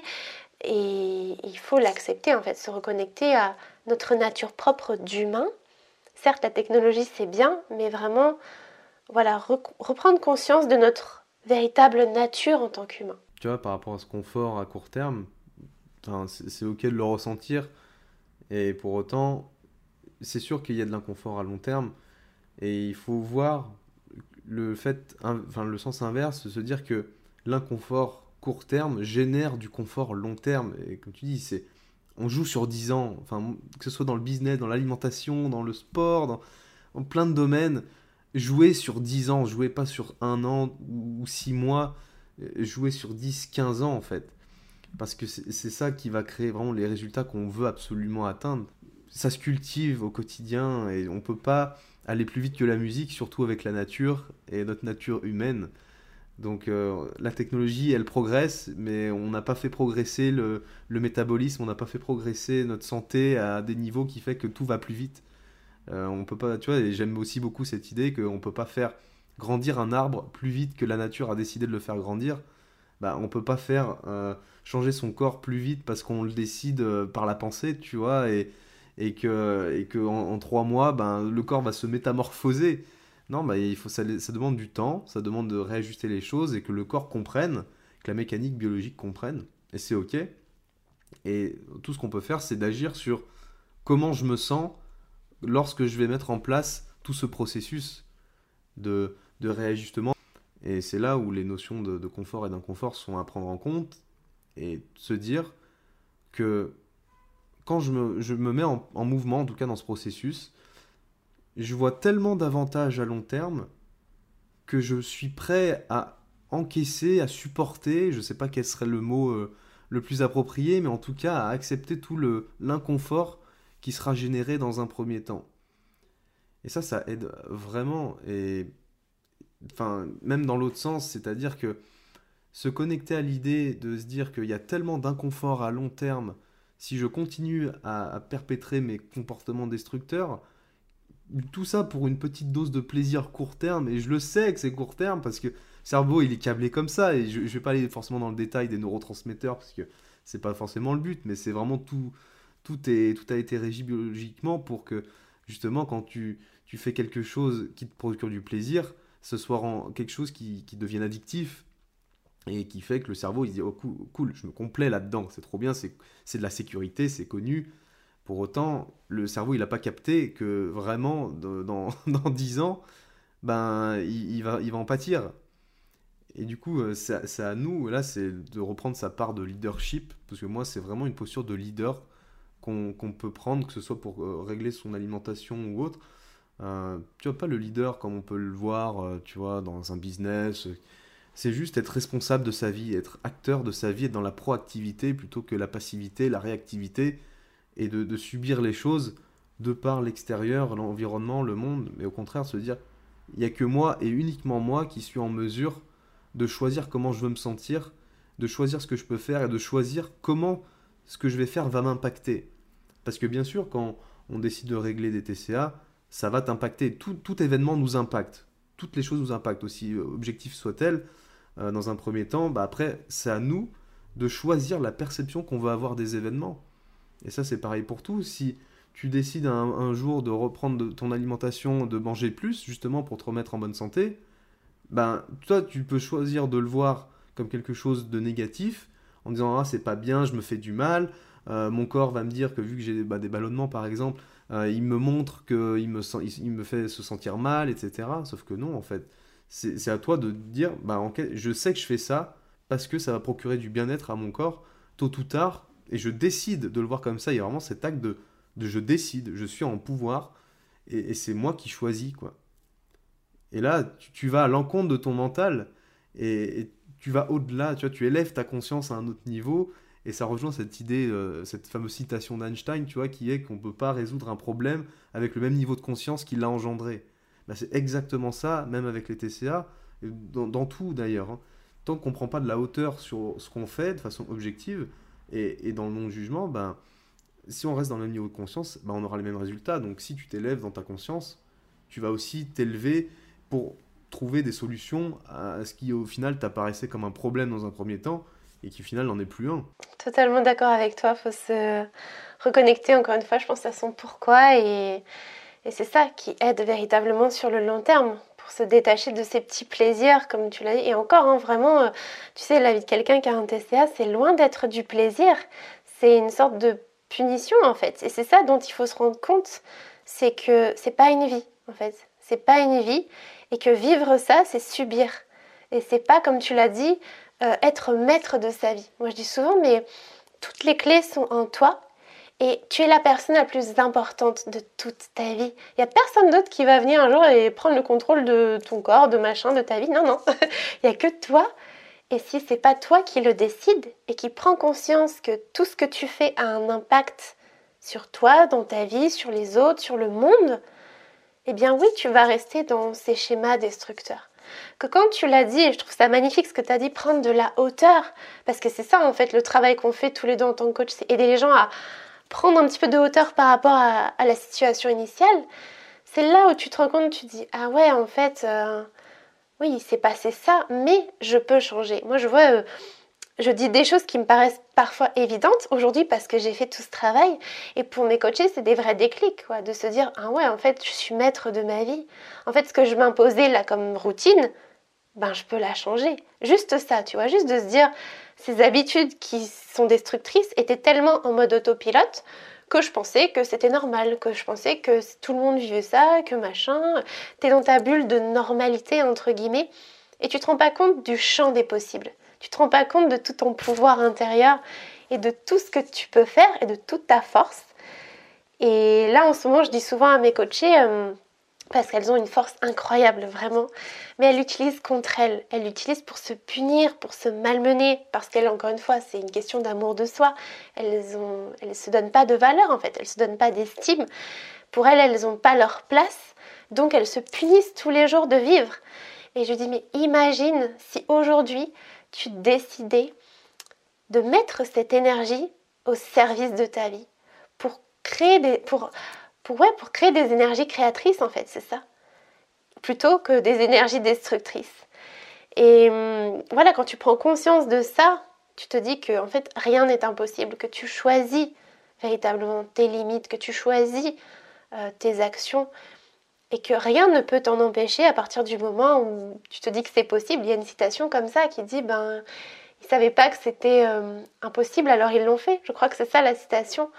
et il faut l'accepter en fait, se reconnecter à notre nature propre d'humain. Certes, la technologie c'est bien, mais vraiment, voilà, reprendre conscience de notre véritable nature en tant qu'humain. Tu vois, par rapport à ce confort à court terme, enfin, c'est, c'est ok de le ressentir, et pour autant, c'est sûr qu'il y a de l'inconfort à long terme, et il faut voir le fait, in- enfin le sens inverse, se dire que l'inconfort court terme génère du confort long terme. Et comme tu dis, c'est, on joue sur dix ans, enfin, que ce soit dans le business, dans l'alimentation, dans le sport, dans, dans plein de domaines. Jouer sur dix ans, jouer pas sur un an ou six mois, euh, jouer sur dix quinze ans en fait. Parce que c'est c'est ça qui va créer vraiment les résultats qu'on veut absolument atteindre. Ça se cultive au quotidien et on peut pas aller plus vite que la musique, surtout avec la nature et notre nature humaine. Donc euh, la technologie, elle progresse, mais on n'a pas fait progresser le, le métabolisme, on n'a pas fait progresser notre santé à des niveaux qui fait que tout va plus vite. Euh, on peut pas, tu vois, et j'aime aussi beaucoup cette idée qu'on peut pas faire grandir un arbre plus vite que la nature a décidé de le faire grandir. Bah, on peut pas faire euh, changer son corps plus vite parce qu'on le décide euh, par la pensée, tu vois, et, et que, et que en, en trois mois, ben, le corps va se métamorphoser. Non, bah, il faut, ça, ça demande du temps, ça demande de réajuster les choses et que le corps comprenne, que la mécanique biologique comprenne, et c'est ok. Et tout ce qu'on peut faire, c'est d'agir sur comment je me sens lorsque je vais mettre en place tout ce processus de, de réajustement. Et c'est là où les notions de, de confort et d'inconfort sont à prendre en compte et se dire que quand je me, je me mets en, en mouvement, en tout cas dans ce processus, je vois tellement d'avantages à long terme que je suis prêt à encaisser, à supporter, je ne sais pas quel serait le mot euh, le plus approprié, mais en tout cas à accepter tout le, l'inconfort qui sera généré dans un premier temps. Et ça, ça aide vraiment. Et enfin, même dans l'autre sens, c'est-à-dire que se connecter à l'idée de se dire qu'il y a tellement d'inconfort à long terme si je continue à, à perpétrer mes comportements destructeurs, tout ça pour une petite dose de plaisir court terme, et je le sais que c'est court terme parce que le cerveau il est câblé comme ça, et je, je vais pas aller forcément dans le détail des neurotransmetteurs parce que c'est pas forcément le but, mais c'est vraiment tout, tout, est, tout a été régi biologiquement pour que justement quand tu, tu fais quelque chose qui te procure du plaisir, ce soit en- quelque chose qui, qui devienne addictif et qui fait que le cerveau il se dit oh cool, cool, je me complais là-dedans, c'est trop bien, c'est c'est de la sécurité, c'est connu. Pour autant, le cerveau il n'a pas capté que vraiment de- dans, dans dix ans, ben il, il va, il va en pâtir. Et du coup, euh, c'est à, c'est à nous, là, c'est de reprendre sa part de leadership, parce que moi, c'est vraiment une posture de leader qu'on qu'on peut prendre, que ce soit pour euh, régler son alimentation ou autre. Euh, tu vois, pas le leader comme on peut le voir, euh, tu vois, dans un business. C'est juste être responsable de sa vie, être acteur de sa vie, être dans la proactivité plutôt que la passivité, la réactivité, et de, de subir les choses de par l'extérieur, l'environnement, le monde, mais au contraire se dire, il n'y a que moi et uniquement moi qui suis en mesure de choisir comment je veux me sentir, de choisir ce que je peux faire et de choisir comment ce que je vais faire va m'impacter. Parce que bien sûr, quand on décide de régler des T C A, ça va t'impacter. Tout, tout événement nous impacte. Toutes les choses nous impactent, aussi objectif soit-elle. Euh, dans un premier temps, bah après, c'est à nous de choisir la perception qu'on va avoir des événements. Et ça, c'est pareil pour tout. Si tu décides un, un jour de reprendre de- ton alimentation, de manger plus, justement pour te remettre en bonne santé, ben, toi, tu peux choisir de le voir comme quelque chose de négatif, en disant, ah, c'est pas bien, je me fais du mal, euh, mon corps va me dire que vu que j'ai bah, des ballonnements, par exemple, euh, il me montre qu'il me, sent- il, il me fait se sentir mal, et cetera. Sauf que non, en fait. C'est c'est à toi de dire, bah, en fait, je sais que je fais ça parce que ça va procurer du bien-être à mon corps, tôt ou tard, et je décide de le voir comme ça. Il y a vraiment cet acte de, de je décide, je suis en pouvoir, et, et c'est moi qui choisis, quoi. Et là, tu, tu vas à l'encontre de ton mental et, et tu vas au-delà, tu vois, tu élèves ta conscience à un autre niveau et ça rejoint cette idée, euh, cette fameuse citation d'Einstein, tu vois, qui est qu'on ne peut pas résoudre un problème avec le même niveau de conscience qu'il l'a engendré. Bah, c'est exactement ça, même avec les T C A, et dans, dans tout d'ailleurs, hein. Tant qu'on ne prend pas de la hauteur sur ce qu'on fait de façon objective et, et dans le non-jugement, ben, si on reste dans le même niveau de conscience, ben, on aura les mêmes résultats. Donc si tu t'élèves dans ta conscience, tu vas aussi t'élever pour trouver des solutions à ce qui au final t'apparaissait comme un problème dans un premier temps et qui au final n'en est plus un. Totalement d'accord avec toi, il faut se reconnecter encore une fois, je pense, à son pourquoi et, et c'est ça qui aide véritablement sur le long terme pour pour se détacher de ces petits plaisirs, comme tu l'as dit. Et encore, hein, vraiment, euh, tu sais, la vie de quelqu'un qui a un T C A, c'est loin d'être du plaisir. C'est une sorte de punition, en fait. Et c'est ça dont il faut se rendre compte, c'est que c'est pas une vie, en fait. C'est pas une vie, et que vivre ça, c'est subir. Et c'est pas, comme tu l'as dit, euh, être maître de sa vie. Moi, je dis souvent, mais toutes les clés sont en toi. Et tu es la personne la plus importante de toute ta vie. Il n'y a personne d'autre qui va venir un jour et prendre le contrôle de ton corps, de machin, de ta vie. Non, non. Il n'y a que toi. Et si c'est pas toi qui le décide et qui prend conscience que tout ce que tu fais a un impact sur toi, dans ta vie, sur les autres, sur le monde, eh bien oui, tu vas rester dans ces schémas destructeurs. Que quand tu l'as dit, et je trouve ça magnifique ce que tu as dit, prendre de la hauteur, parce que c'est ça en fait le travail qu'on fait tous les deux en tant que coach, c'est aider les gens à prendre un petit peu de hauteur par rapport à, à la situation initiale. C'est là où tu te rends compte, tu te dis, ah ouais, en fait, euh, oui, il s'est passé ça, mais je peux changer. Moi, je vois, euh, je dis des choses qui me paraissent parfois évidentes aujourd'hui parce que j'ai fait tout ce travail. Et pour mes coachés, c'est des vrais déclics, quoi, de se dire, ah ouais, en fait, je suis maître de ma vie. En fait, ce que je m'imposais là comme routine, ben je peux la changer. Juste ça, tu vois, juste de se dire, ces habitudes qui sont destructrices étaient tellement en mode autopilote que je pensais que c'était normal, que je pensais que tout le monde vivait ça, que machin, t'es dans ta bulle de normalité, entre guillemets, et tu te rends pas compte du champ des possibles. Tu te rends pas compte de tout ton pouvoir intérieur et de tout ce que tu peux faire et de toute ta force. Et là, en ce moment, je dis souvent à mes coachés, euh, parce qu'elles ont une force incroyable, vraiment, mais elles l'utilisent contre elles. Elles l'utilisent pour se punir, pour se malmener, parce qu'elles, encore une fois, c'est une question d'amour de soi. Elles ont, elles se donnent pas de valeur, en fait. Elles se donnent pas d'estime. Pour elles, elles n'ont pas leur place. Donc, elles se punissent tous les jours de vivre. Et je dis, mais imagine si aujourd'hui, tu décidais de mettre cette énergie au service de ta vie, pour créer des... Pour, Pour, ouais, pour créer des énergies créatrices, en fait, c'est ça. Plutôt que des énergies destructrices. Et hum, voilà, quand tu prends conscience de ça, tu te dis que en fait, rien n'est impossible, que tu choisis véritablement tes limites, que tu choisis euh, tes actions et que rien ne peut t'en empêcher à partir du moment où tu te dis que c'est possible. Il y a une citation comme ça qui dit, ben, ils ne savaient pas que c'était euh, impossible, alors ils l'ont fait. Je crois que c'est ça la citation.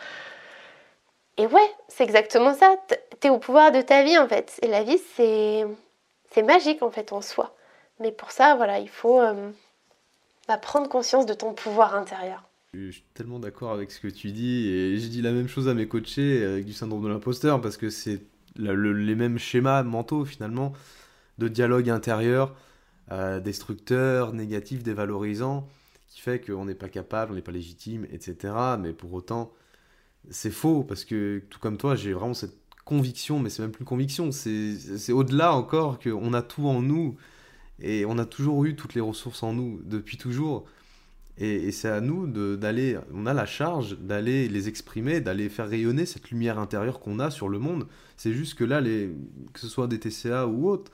Et ouais, c'est exactement ça. T'es au pouvoir de ta vie, en fait. Et la vie, c'est, c'est magique, en fait, en soi. Mais pour ça, voilà, il faut euh, bah, prendre conscience de ton pouvoir intérieur. Je suis tellement d'accord avec ce que tu dis, et je dis la même chose à mes coachés avec du syndrome de l'imposteur, parce que c'est la- le- les mêmes schémas mentaux, finalement, de dialogue intérieur, euh, destructeur, négatif, dévalorisant, qui fait qu'on n'est pas capable, on n'est pas légitime, et cetera. Mais pour autant, c'est faux, parce que tout comme toi, j'ai vraiment cette conviction, mais c'est même plus une conviction, c'est, c'est au-delà encore qu'on a tout en nous, et on a toujours eu toutes les ressources en nous, depuis toujours. Et, et c'est à nous de- d'aller, on a la charge d'aller les exprimer, d'aller faire rayonner cette lumière intérieure qu'on a sur le monde. C'est juste que là, les, que ce soit des T C A ou autres,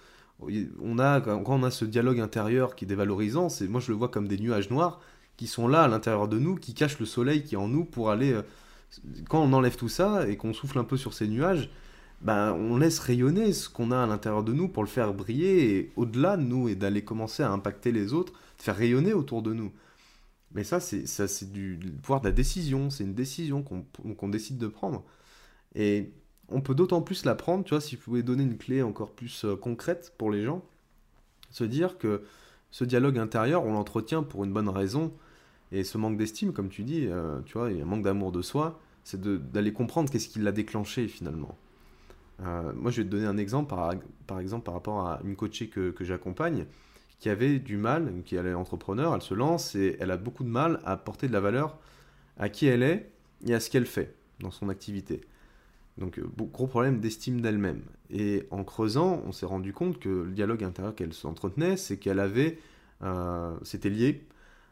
on a, quand on a ce dialogue intérieur qui est dévalorisant, c'est, moi je le vois comme des nuages noirs qui sont là à l'intérieur de nous, qui cachent le soleil qui est en nous pour aller... euh, quand on enlève tout ça et qu'on souffle un peu sur ces nuages, ben, on laisse rayonner ce qu'on a à l'intérieur de nous pour le faire briller et au-delà de nous et d'aller commencer à impacter les autres, de faire rayonner autour de nous. Mais ça, c'est, ça, c'est du le pouvoir de la décision, c'est une décision qu'on, qu'on décide de prendre. Et on peut d'autant plus la prendre, tu vois, si vous pouvez donner une clé encore plus euh, concrète pour les gens, se dire que ce dialogue intérieur, on l'entretient pour une bonne raison. Et ce manque d'estime, comme tu dis, euh, tu vois, il y a un manque d'amour de soi, c'est de- d'aller comprendre qu'est-ce qui l'a déclenché finalement. Euh, moi, je vais te donner un exemple, par, par exemple, par rapport à une coachée que, que j'accompagne, qui avait du mal, qui elle est entrepreneur, elle se lance et elle a beaucoup de mal à apporter de la valeur à qui elle est et à ce qu'elle fait dans son activité. Donc, euh, beau- gros problème d'estime d'elle-même. Et en creusant, on s'est rendu compte que le dialogue intérieur qu'elle s'entretenait, c'est qu'elle avait, euh, c'était lié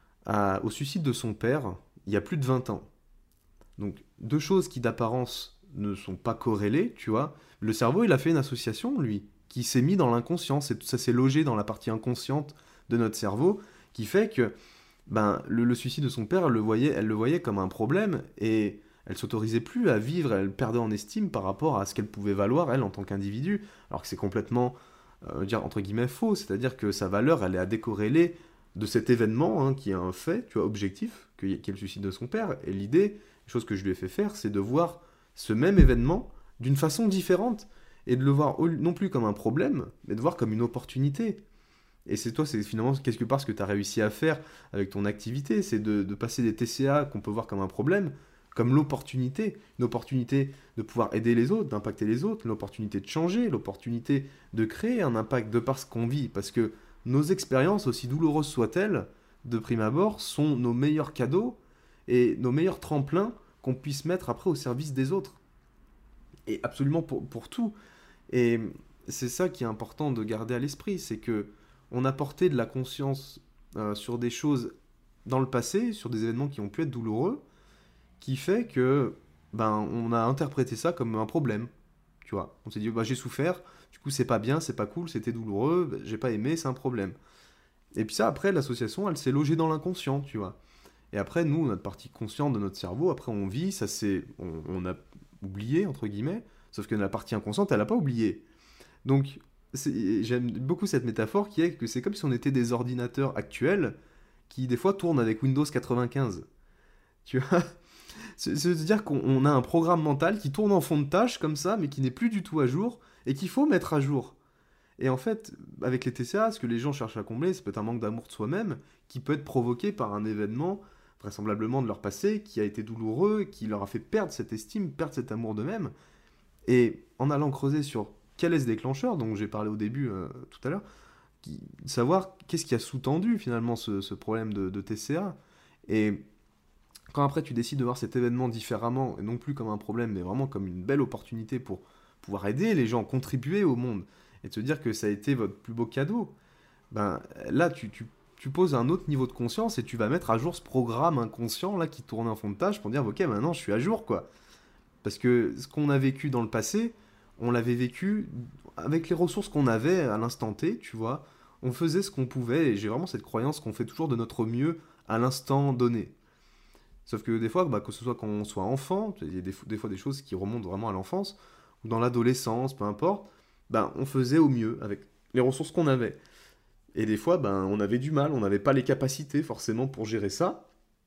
à- au suicide de son père il y a plus de vingt ans. Donc, deux choses qui d'apparence ne sont pas corrélées, tu vois. Le cerveau, il a fait une association, lui, qui s'est mis dans l'inconscient. C'est- Ça s'est logé dans la partie inconsciente de notre cerveau, qui fait que ben, le, le suicide de son père, elle le voyait, elle le voyait comme un problème et elle s'autorisait plus à vivre, elle perdait en estime par rapport à ce qu'elle pouvait valoir, elle, en tant qu'individu, alors que c'est complètement euh, dire entre guillemets faux, c'est-à-dire que sa valeur, elle est à décorréler de cet événement, hein, qui est un fait, tu vois, objectif, que- qui est le suicide de son père. Et l'idée, chose que je lui ai fait faire, c'est de voir ce même événement d'une façon différente et de le voir au- non plus comme un problème, mais de voir comme une opportunité. Et c'est toi, c'est finalement quelque part ce que tu as réussi à faire avec ton activité, c'est de, de passer des T C A qu'on peut voir comme un problème, comme l'opportunité, une opportunité de pouvoir aider les autres, d'impacter les autres, l'opportunité de changer, l'opportunité de créer un impact de par ce qu'on vit, parce que nos expériences, aussi douloureuses soient-elles, de prime abord, sont nos meilleurs cadeaux et nos meilleurs tremplins qu'on puisse mettre après au service des autres. Et absolument pour, pour tout. Et c'est ça qui est important de garder à l'esprit, c'est que on a porté de la conscience euh, sur des choses dans le passé, sur des événements qui ont pu être douloureux, qui fait que ben on a interprété ça comme un problème. Tu vois, on s'est dit bah j'ai souffert, du coup c'est pas bien, c'est pas cool, c'était douloureux, bah, j'ai pas aimé, c'est un problème. Et puis ça après l'association elle s'est logée dans l'inconscient, tu vois. Et après nous notre partie consciente de notre cerveau, après on vit, ça c'est on, on a oublié entre guillemets, sauf que la partie inconsciente elle a pas oublié. Donc, c'est- j'aime beaucoup cette métaphore qui est que c'est comme si on était des ordinateurs actuels qui, des fois, tournent avec Windows quatre-vingt-quinze. Tu vois? C'est- C'est-à-dire qu'on on a un programme mental qui tourne en fond de tâche comme ça, mais qui n'est plus du tout à jour et qu'il faut mettre à jour. Et en fait, avec les T C A, ce que les gens cherchent à combler, c'est peut-être un manque d'amour de soi-même qui peut être provoqué par un événement, vraisemblablement de leur passé, qui a été douloureux, qui leur a fait perdre cette estime, perdre cet amour d'eux-mêmes. Et en allant creuser sur quel est ce déclencheur, dont j'ai parlé au début euh, tout à l'heure, qui- savoir qu'est-ce qui a sous-tendu finalement ce, ce problème de, de T C A. Et quand après tu décides de voir cet événement différemment, et non plus comme un problème, mais vraiment comme une belle opportunité pour pouvoir aider les gens, contribuer au monde, et de se dire que ça a été votre plus beau cadeau, ben là tu, tu, tu poses un autre niveau de conscience et tu vas mettre à jour ce programme inconscient là qui tournait en fond de tâche pour dire ok maintenant je suis à jour quoi. Parce que ce qu'on a vécu dans le passé, on l'avait vécu avec les ressources qu'on avait à l'instant T, tu vois. On faisait ce qu'on pouvait, et j'ai vraiment cette croyance qu'on fait toujours de notre mieux à l'instant donné. Sauf que des fois, bah, que ce soit quand on soit enfant, il y a des, des fois des choses qui remontent vraiment à l'enfance, ou dans l'adolescence, peu importe, ben, on faisait au mieux avec les ressources qu'on avait. Et des fois, ben, on avait du mal, on n'avait pas les capacités forcément pour gérer ça.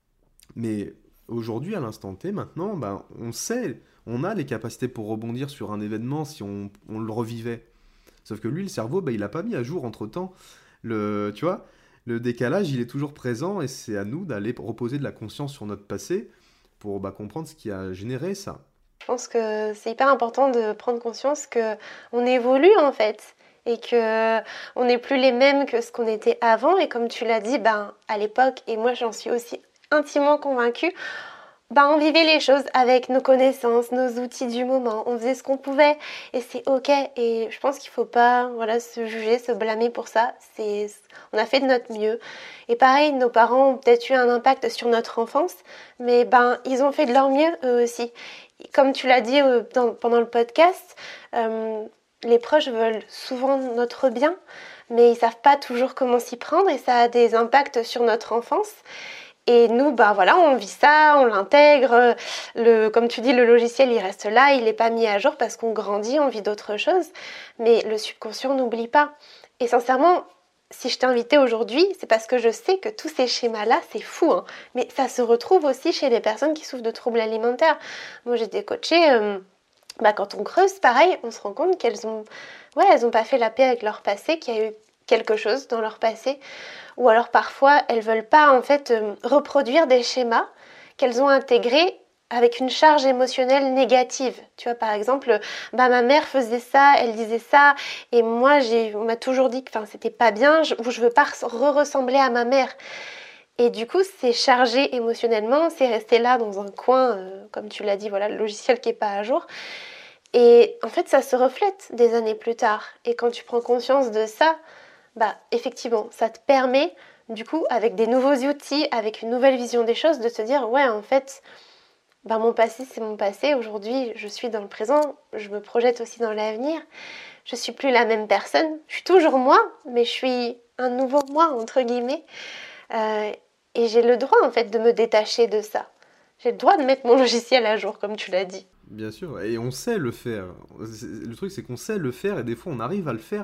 Mais aujourd'hui, à l'instant T, maintenant, ben, on sait, on a les capacités pour rebondir sur un événement si on, on le revivait. Sauf que lui, le cerveau, ben, il n'a pas mis à jour entre-temps. Le, tu vois, le décalage, il est toujours présent et c'est à nous d'aller reposer de la conscience sur notre passé pour bah, comprendre ce qui a généré ça. Je pense que c'est hyper important de prendre conscience que on évolue en fait et que on n'est plus les mêmes que ce qu'on était avant et comme tu l'as dit, ben à l'époque et moi j'en suis aussi intimement convaincue, ben on vivait les choses avec nos connaissances, nos outils du moment, on faisait ce qu'on pouvait et c'est ok et je pense qu'il faut pas voilà se juger, se blâmer pour ça, c'est on a fait de notre mieux. Et pareil, nos parents ont peut-être eu un impact sur notre enfance, mais ben ils ont fait de leur mieux eux aussi. Comme tu l'as dit euh, dans, pendant le podcast, euh, les proches veulent souvent notre bien, mais ils savent pas toujours comment s'y prendre et ça a des impacts sur notre enfance. Et nous, ben voilà, on vit ça, on l'intègre. Le, comme tu dis, le logiciel, il reste là, il n'est pas mis à jour parce qu'on grandit, on vit d'autres choses. Mais le subconscient n'oublie pas. Et sincèrement, si je t'ai invitée aujourd'hui, c'est parce que je sais que tous ces schémas-là, c'est fou, hein. Mais ça se retrouve aussi chez les personnes qui souffrent de troubles alimentaires. Moi, j'ai été coachée, euh, bah, quand on creuse, pareil, on se rend compte qu'elles ont, ouais, elles ont pas fait la paix avec leur passé, qu'il y a eu quelque chose dans leur passé. Ou alors parfois, elles veulent pas en fait euh, reproduire des schémas qu'elles ont intégrés avec une charge émotionnelle négative. Tu vois, par exemple, bah ma mère faisait ça, elle disait ça, et moi, j'ai, on m'a toujours dit que enfin, c'était pas bien, je, ou je veux pas re-ressembler à ma mère. Et du coup, c'est chargé émotionnellement, c'est resté là dans un coin, euh, comme tu l'as dit, voilà, le logiciel qui est pas à jour. Et en fait, ça se reflète des années plus tard. Et quand tu prends conscience de ça, bah effectivement, ça te permet, du coup, avec des nouveaux outils, avec une nouvelle vision des choses, de te dire, ouais, en fait, bah mon passé, c'est mon passé. Aujourd'hui, je suis dans le présent, je me projette aussi dans l'avenir. Je suis plus la même personne. Je suis toujours moi, mais je suis un nouveau moi, entre guillemets. Euh, et j'ai le droit, en fait, de me détacher de ça. J'ai le droit de mettre mon logiciel à jour, comme tu l'as dit. Bien sûr, et on sait le faire. Le truc, c'est qu'on sait le faire, et des fois, on arrive à le faire,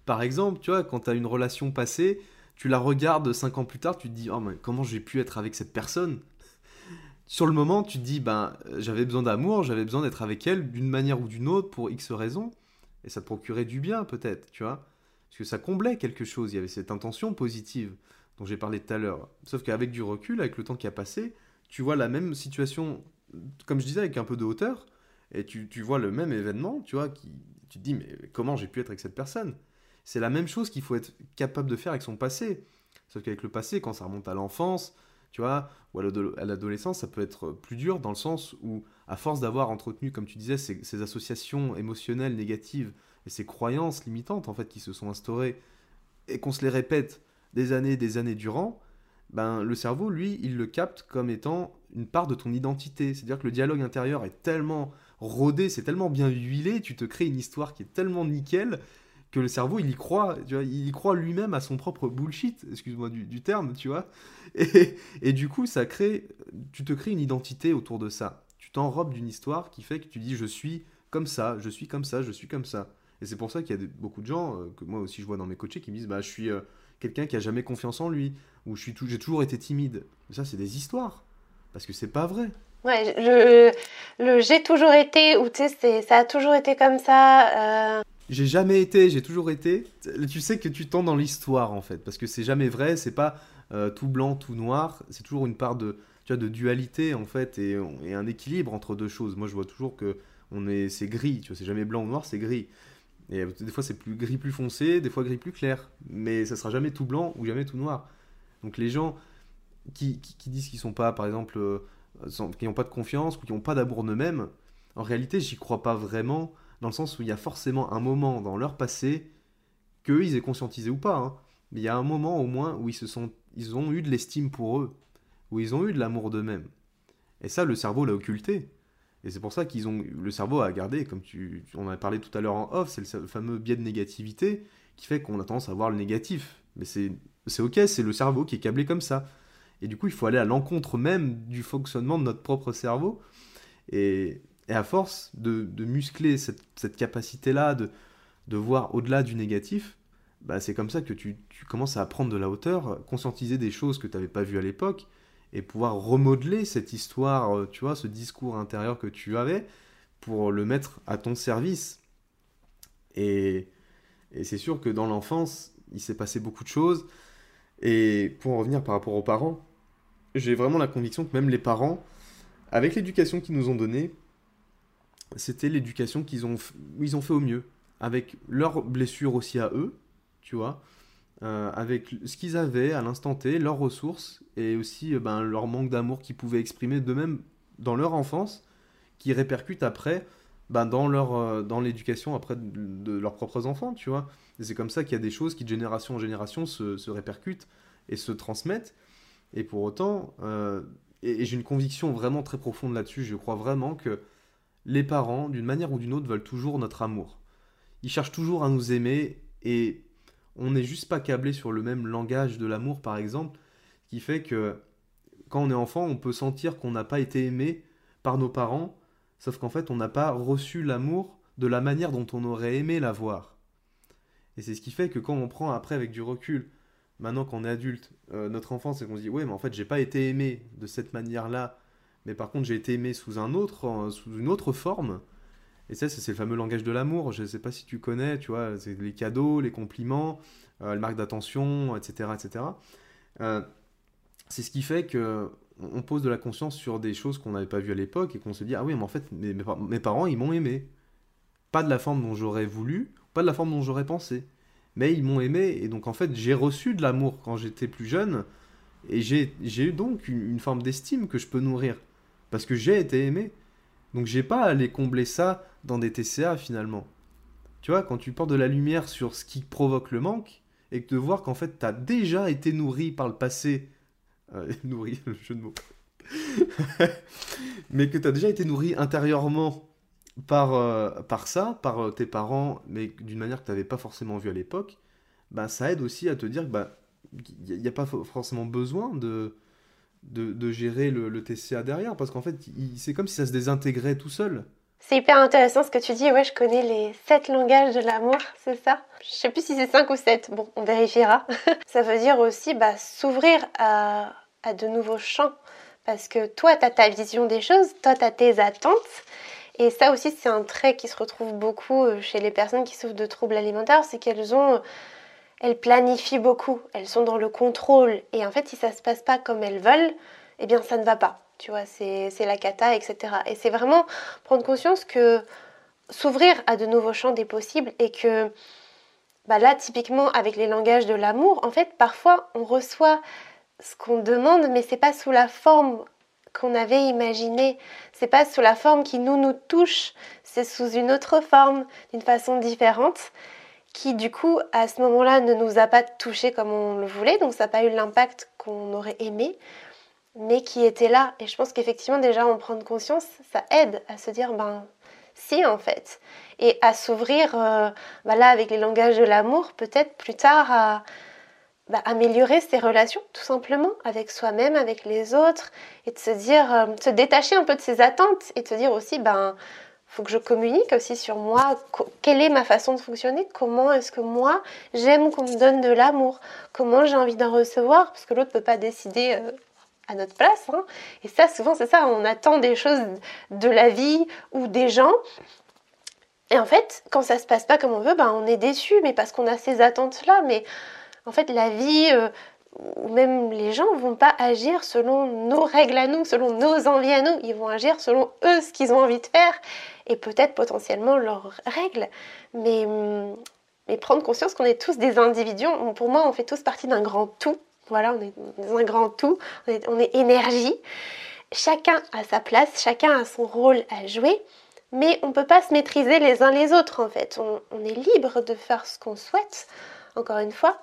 Par exemple, tu vois, quand tu as une relation passée, tu la regardes cinq ans plus tard, tu te dis, oh, mais comment j'ai pu être avec cette personne? Sur le moment, tu te dis, ben, euh, j'avais besoin d'amour, j'avais besoin d'être avec elle d'une manière ou d'une autre pour X raisons, et ça te procurait du bien peut-être, tu vois, parce que ça comblait quelque chose, il y avait cette intention positive dont j'ai parlé tout à l'heure. Sauf qu'avec du recul, avec le temps qui a passé, tu vois la même situation, comme je disais, avec un peu de hauteur, et tu, tu vois le même événement, tu vois, qui, tu te dis, mais comment j'ai pu être avec cette personne? C'est la même chose qu'il faut être capable de faire avec son passé. Sauf qu'avec le passé, quand ça remonte à l'enfance, tu vois, ou à l'ado- à l'adolescence, ça peut être plus dur dans le sens où, à force d'avoir entretenu, comme tu disais, ces, ces associations émotionnelles négatives et ces croyances limitantes, en fait, qui se sont instaurées, et qu'on se les répète des années, des années durant, ben, le cerveau, lui, il le capte comme étant une part de ton identité. C'est-à-dire que le dialogue intérieur est tellement rodé, c'est tellement bien huilé, tu te crées une histoire qui est tellement nickel que le cerveau, il y croit, tu vois, il y croit lui-même à son propre bullshit, excuse-moi du, du terme, tu vois. Et, et du coup, ça crée, tu te crées une identité autour de ça. Tu t'enrobes d'une histoire qui fait que tu dis, je suis comme ça, je suis comme ça, je suis comme ça. Et c'est pour ça qu'il y a des- beaucoup de gens, euh, que moi aussi je vois dans mes coachés, qui me disent, bah, je suis euh, quelqu'un qui a jamais confiance en lui, ou je suis tout, j'ai toujours été timide. Mais ça, c'est des histoires, parce que c'est pas vrai. Ouais, je, le j'ai toujours été, ou tu sais, c'est- ça a toujours été comme ça. euh, J'ai jamais été, j'ai toujours été. Tu sais que tu tends dans l'histoire en fait, parce que c'est jamais vrai, c'est pas euh, tout blanc, tout noir, c'est toujours une part de, tu vois, de dualité en fait et, et un équilibre entre deux choses. Moi je vois toujours que on est, c'est gris, tu vois, c'est jamais blanc ou noir, c'est gris. Et euh, des fois c'est plus gris plus foncé, des fois gris plus clair, mais ça sera jamais tout blanc ou jamais tout noir. Donc les gens qui, qui, qui disent qu'ils sont pas, par exemple, euh, sans- qui n'ont pas de confiance ou qui n'ont pas d'amour en eux-mêmes, en réalité, j'y crois pas vraiment, dans le sens où il y a forcément un moment dans leur passé, qu'eux, ils aient conscientisé ou pas, hein, mais il y a un moment au moins où ils, se sont, ils ont eu de l'estime pour eux, où ils ont eu de l'amour d'eux-mêmes. Et ça, le cerveau l'a occulté. Et c'est pour ça qu'ils ont, le cerveau a gardé, comme tu, on en a parlé tout à l'heure en off, c'est le fameux biais de négativité qui fait qu'on a tendance à voir le négatif. Mais c'est, c'est ok, c'est le cerveau qui est câblé comme ça. Et du coup, il faut aller à l'encontre même du fonctionnement de notre propre cerveau. Et, et à force de, de muscler cette, cette capacité-là, de, de voir au-delà du négatif, bah, c'est comme ça que tu, tu commences à prendre de la hauteur, conscientiser des choses que tu n'avais pas vues à l'époque, et pouvoir remodeler cette histoire, euh, tu vois, ce discours intérieur que tu avais, pour le mettre à ton service. Et, et c'est sûr que dans l'enfance, il s'est passé beaucoup de choses. Et pour en revenir par rapport aux parents, j'ai vraiment la conviction que même les parents, avec l'éducation qu'ils nous ont donnée, c'était l'éducation qu'ils ont, f- ils ont fait au mieux. Avec leurs blessures aussi à eux, tu vois, euh, avec ce qu'ils avaient à l'instant T, leurs ressources, et aussi euh, ben, leur manque d'amour qu'ils pouvaient exprimer d'eux-mêmes dans leur enfance, qui répercute après ben, dans leur, euh, dans l'éducation après de, de leurs propres enfants, tu vois. Et c'est comme ça qu'il y a des choses qui, de génération en génération, se, se répercutent et se transmettent. Et pour autant, euh, et, et j'ai une conviction vraiment très profonde là-dessus, je crois vraiment que les parents, d'une manière ou d'une autre, veulent toujours notre amour. Ils cherchent toujours à nous aimer et on n'est juste pas câblé sur le même langage de l'amour, par exemple, qui fait que quand on est enfant, on peut sentir qu'on n'a pas été aimé par nos parents, sauf qu'en fait, on n'a pas reçu l'amour de la manière dont on aurait aimé l'avoir. Et c'est ce qui fait que quand on prend après avec du recul, maintenant qu'on est adulte, euh, notre enfance, et qu'on se dit, ouais, mais en fait, j'ai pas été aimé de cette manière-là, mais par contre, j'ai été aimé sous un autre, en- sous une autre forme. Et ça, c'est c'est le fameux langage de l'amour. Je sais pas si tu connais, tu vois, c'est les cadeaux, les compliments, euh, les marques d'attention, et cetera, et cetera. Euh, c'est ce qui fait que on pose de la conscience sur des choses qu'on n'avait pas vues à l'époque et qu'on se dit, ah oui, mais en fait, mes, mes par- mes parents, ils m'ont aimé. Pas de la forme dont j'aurais voulu, pas de la forme dont j'aurais pensé. Mais ils m'ont aimé, et donc en fait, j'ai reçu de l'amour quand j'étais plus jeune, et j'ai j'ai eu donc une, une forme d'estime que je peux nourrir. Parce que j'ai été aimé. Donc j'ai pas à aller combler ça dans des T C A finalement. Tu vois, quand tu portes de la lumière sur ce qui provoque le manque, et que de voir qu'en fait, tu as déjà été nourri par le passé, euh, nourri, le jeu de mots, mais que tu as déjà été nourri intérieurement par, euh, par ça, par euh, tes parents, mais d'une manière que tu n'avais pas forcément vue à l'époque, bah, ça aide aussi à te dire que bah, il n'y a, pas forcément besoin de, de, de gérer le, le T C A derrière, parce qu'en fait, il- c'est comme si ça se désintégrait tout seul. C'est hyper intéressant ce que tu dis. Ouais, je connais les sept langages de l'amour, c'est ça? Je sais plus si c'est cinq ou sept. Bon, on vérifiera. Ça veut dire aussi bah, s'ouvrir à, à de nouveaux champs. Parce que toi, tu as ta vision des choses, toi, tu as tes attentes. Et ça aussi, c'est un trait qui se retrouve beaucoup chez les personnes qui souffrent de troubles alimentaires, c'est qu'elles ont... Elles planifient beaucoup, elles sont dans le contrôle. Et en fait, si ça ne se passe pas comme elles veulent, eh bien, ça ne va pas. Tu vois, c'est, c'est la cata, et cetera. Et c'est vraiment prendre conscience que s'ouvrir à de nouveaux champs des possibles et que bah là, typiquement, avec les langages de l'amour, en fait, parfois, on reçoit ce qu'on demande, mais c'est pas sous la forme qu'on avait imaginée. C'est pas sous la forme qui nous, nous touche. C'est sous une autre forme, d'une façon différente, qui, du coup, à ce moment-là, ne nous a pas touchés comme on le voulait. Donc, ça n'a pas eu l'impact qu'on aurait aimé, mais qui était là. Et je pense qu'effectivement, déjà, en prendre conscience, ça aide à se dire, ben, si, en fait. Et à s'ouvrir, euh, ben là, avec les langages de l'amour, peut-être plus tard, à bah, améliorer ses relations, tout simplement, avec soi-même, avec les autres, et de se dire, euh, de se détacher un peu de ses attentes, et de se dire aussi, ben, faut que je communique aussi sur moi, co- quelle est ma façon de fonctionner, comment est-ce que moi, j'aime qu'on me donne de l'amour, comment j'ai envie d'en recevoir, parce que l'autre ne peut pas décider euh, à notre place, hein. Et ça, souvent, c'est ça, on attend des choses de la vie ou des gens, et en fait, quand ça se passe pas comme on veut, ben, on est déçu, mais parce qu'on a ces attentes-là, mais en fait, la vie, euh, ou même les gens, ne vont pas agir selon nos règles à nous, selon nos envies à nous. Ils vont agir selon eux, ce qu'ils ont envie de faire, et peut-être potentiellement leurs règles. Mais, mais prendre conscience qu'on est tous des individus. Pour moi, on fait tous partie d'un grand tout. Voilà, on est dans un grand tout. On est, on est énergie. Chacun a sa place, chacun a son rôle à jouer. Mais on ne peut pas se maîtriser les uns les autres, en fait. On, on est libre de faire ce qu'on souhaite, encore une fois.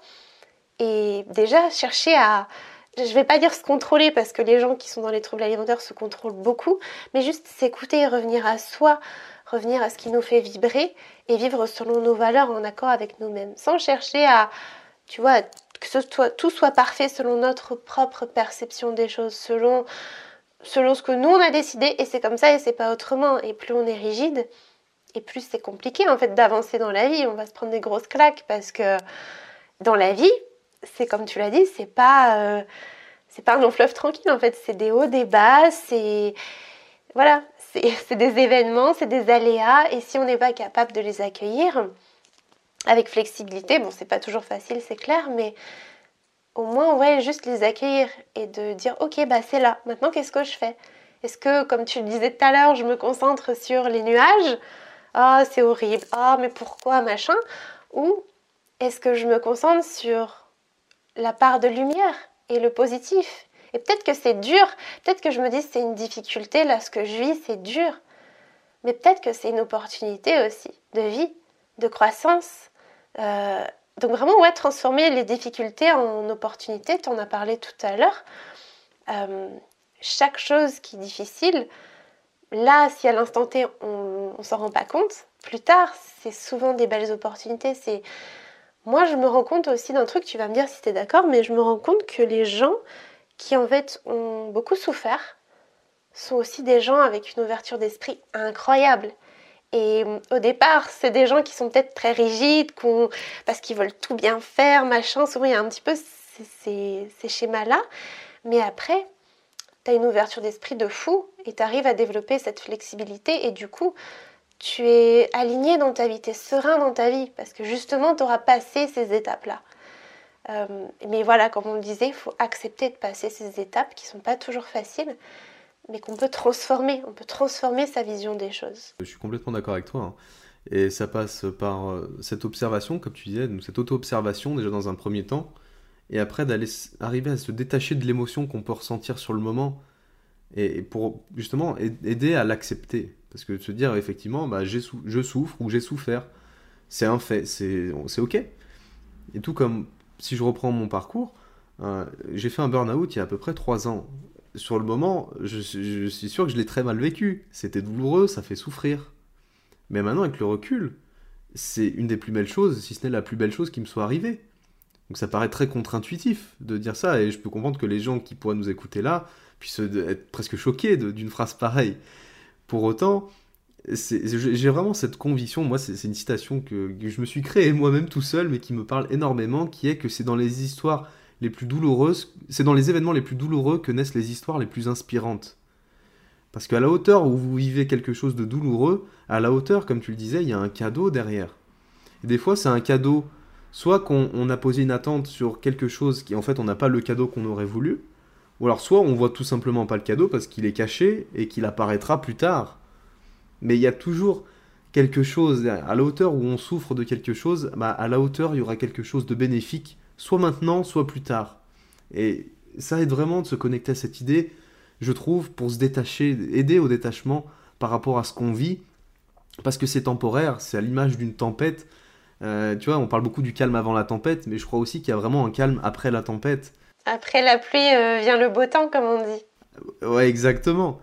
Et déjà, chercher à, je ne vais pas dire se contrôler parce que les gens qui sont dans les troubles alimentaires se contrôlent beaucoup, mais juste s'écouter et revenir à soi, revenir à ce qui nous fait vibrer et vivre selon nos valeurs en accord avec nous-mêmes, sans chercher à, tu vois, que ce soit, tout soit parfait selon notre propre perception des choses, selon, selon ce que nous on a décidé et c'est comme ça et c'est pas autrement. Et plus on est rigide, et plus c'est compliqué en fait d'avancer dans la vie. On va se prendre des grosses claques parce que dans la vie, c'est comme tu l'as dit, c'est pas, euh, c'est pas un long fleuve tranquille en fait, c'est des hauts, des bas, c'est, voilà, c'est, c'est des événements, c'est des aléas, et si on n'est pas capable de les accueillir avec flexibilité, bon c'est pas toujours facile c'est clair, mais au moins ouais, juste les accueillir et de dire ok bah c'est là, maintenant qu'est-ce que je fais? Est-ce que comme tu le disais tout à l'heure, je me concentre sur les nuages? Ah c'est horrible, ah mais pourquoi machin? Ou est-ce que je me concentre sur la part de lumière et le positif? Et peut-être que c'est dur, peut-être que je me dis c'est une difficulté, là ce que je vis c'est dur, mais peut-être que c'est une opportunité aussi de vie, de croissance. Euh, donc vraiment ouais, transformer les difficultés en opportunités, tu en as parlé tout à l'heure. Euh, chaque chose qui est difficile, là si à l'instant T on ne s'en rend pas compte, plus tard c'est souvent des belles opportunités. C'est Moi, je me rends compte aussi d'un truc, tu vas me dire si tu es d'accord, mais je me rends compte que les gens qui, en fait, ont beaucoup souffert sont aussi des gens avec une ouverture d'esprit incroyable. Et au départ, c'est des gens qui sont peut-être très rigides, qu'on... parce qu'ils veulent tout bien faire, machin. Souvent, il y a un petit peu ces, ces, ces schémas-là. Mais après, tu as une ouverture d'esprit de fou et tu arrives à développer cette flexibilité. Et du coup, tu es aligné dans ta vie, tu es serein dans ta vie, parce que justement, tu auras passé ces étapes-là. Euh, mais voilà, comme on le disait, il faut accepter de passer ces étapes qui ne sont pas toujours faciles, mais qu'on peut transformer, on peut transformer sa vision des choses. Je suis complètement d'accord avec toi, hein. Et ça passe par euh, cette observation, comme tu disais, donc cette auto-observation déjà dans un premier temps, et après d'aller s- arriver à se détacher de l'émotion qu'on peut ressentir sur le moment, et, et pour justement aid- aider à l'accepter. Parce que de se dire effectivement, bah, j'ai sou- je souffre ou j'ai souffert, c'est un fait, c'est, c'est ok. Et tout comme si je reprends mon parcours, euh, j'ai fait un burn-out il y a à peu près trois ans. Sur le moment, je, je suis sûr que je l'ai très mal vécu. C'était douloureux, ça fait souffrir. Mais maintenant, avec le recul, c'est une des plus belles choses, si ce n'est la plus belle chose qui me soit arrivée. Donc ça paraît très contre-intuitif de dire ça, et je peux comprendre que les gens qui pourraient nous écouter là puissent être presque choqués de- d'une phrase pareille. Pour autant, c'est, j'ai j'ai vraiment cette conviction, moi c'est c'est une citation que, que je me suis créée moi-même tout seul, mais qui me parle énormément, qui est que c'est dans les histoires les plus douloureuses, c'est dans les événements les plus douloureux que naissent les histoires les plus inspirantes. Parce qu'à la hauteur où vous vivez quelque chose de douloureux, à la hauteur, comme tu le disais, il y a un cadeau derrière. Et des fois, c'est un cadeau, soit qu'on on a posé une attente sur quelque chose qui, en fait, on n'a pas le cadeau qu'on aurait voulu, ou alors soit on voit tout simplement pas le cadeau parce qu'il est caché et qu'il apparaîtra plus tard. Mais il y a toujours quelque chose, à la hauteur où on souffre de quelque chose, bah, à la hauteur, il y aura quelque chose de bénéfique, soit maintenant, soit plus tard. Et ça aide vraiment de se connecter à cette idée, je trouve, pour se détacher, aider au détachement par rapport à ce qu'on vit, parce que c'est temporaire, c'est à l'image d'une tempête. Euh, tu vois, on parle beaucoup du calme avant la tempête, mais je crois aussi qu'il y a vraiment un calme après la tempête. Après la pluie euh, vient le beau temps, comme on dit. Ouais, exactement.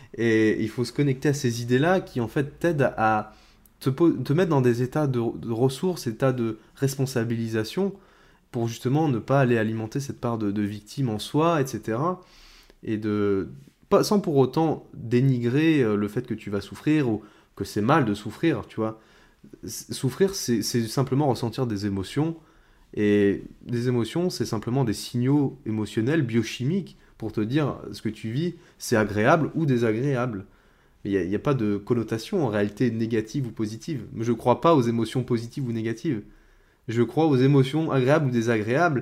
Et il faut se connecter à ces idées-là qui, en fait, t'aident à te, po- te mettre dans des états de, de ressources, états de responsabilisation, pour justement ne pas aller alimenter cette part de, de victime en soi, et cetera. Et de, pas, sans pour autant dénigrer euh, le fait que tu vas souffrir ou que c'est mal de souffrir, tu vois. S- Souffrir, c'est c'est simplement ressentir des émotions. Et des émotions, c'est simplement des signaux émotionnels, biochimiques, pour te dire ce que tu vis, c'est agréable ou désagréable. Mais il n'y a, il y a pas de connotation en réalité négative ou positive. Je ne crois pas aux émotions positives ou négatives. Je crois aux émotions agréables ou désagréables.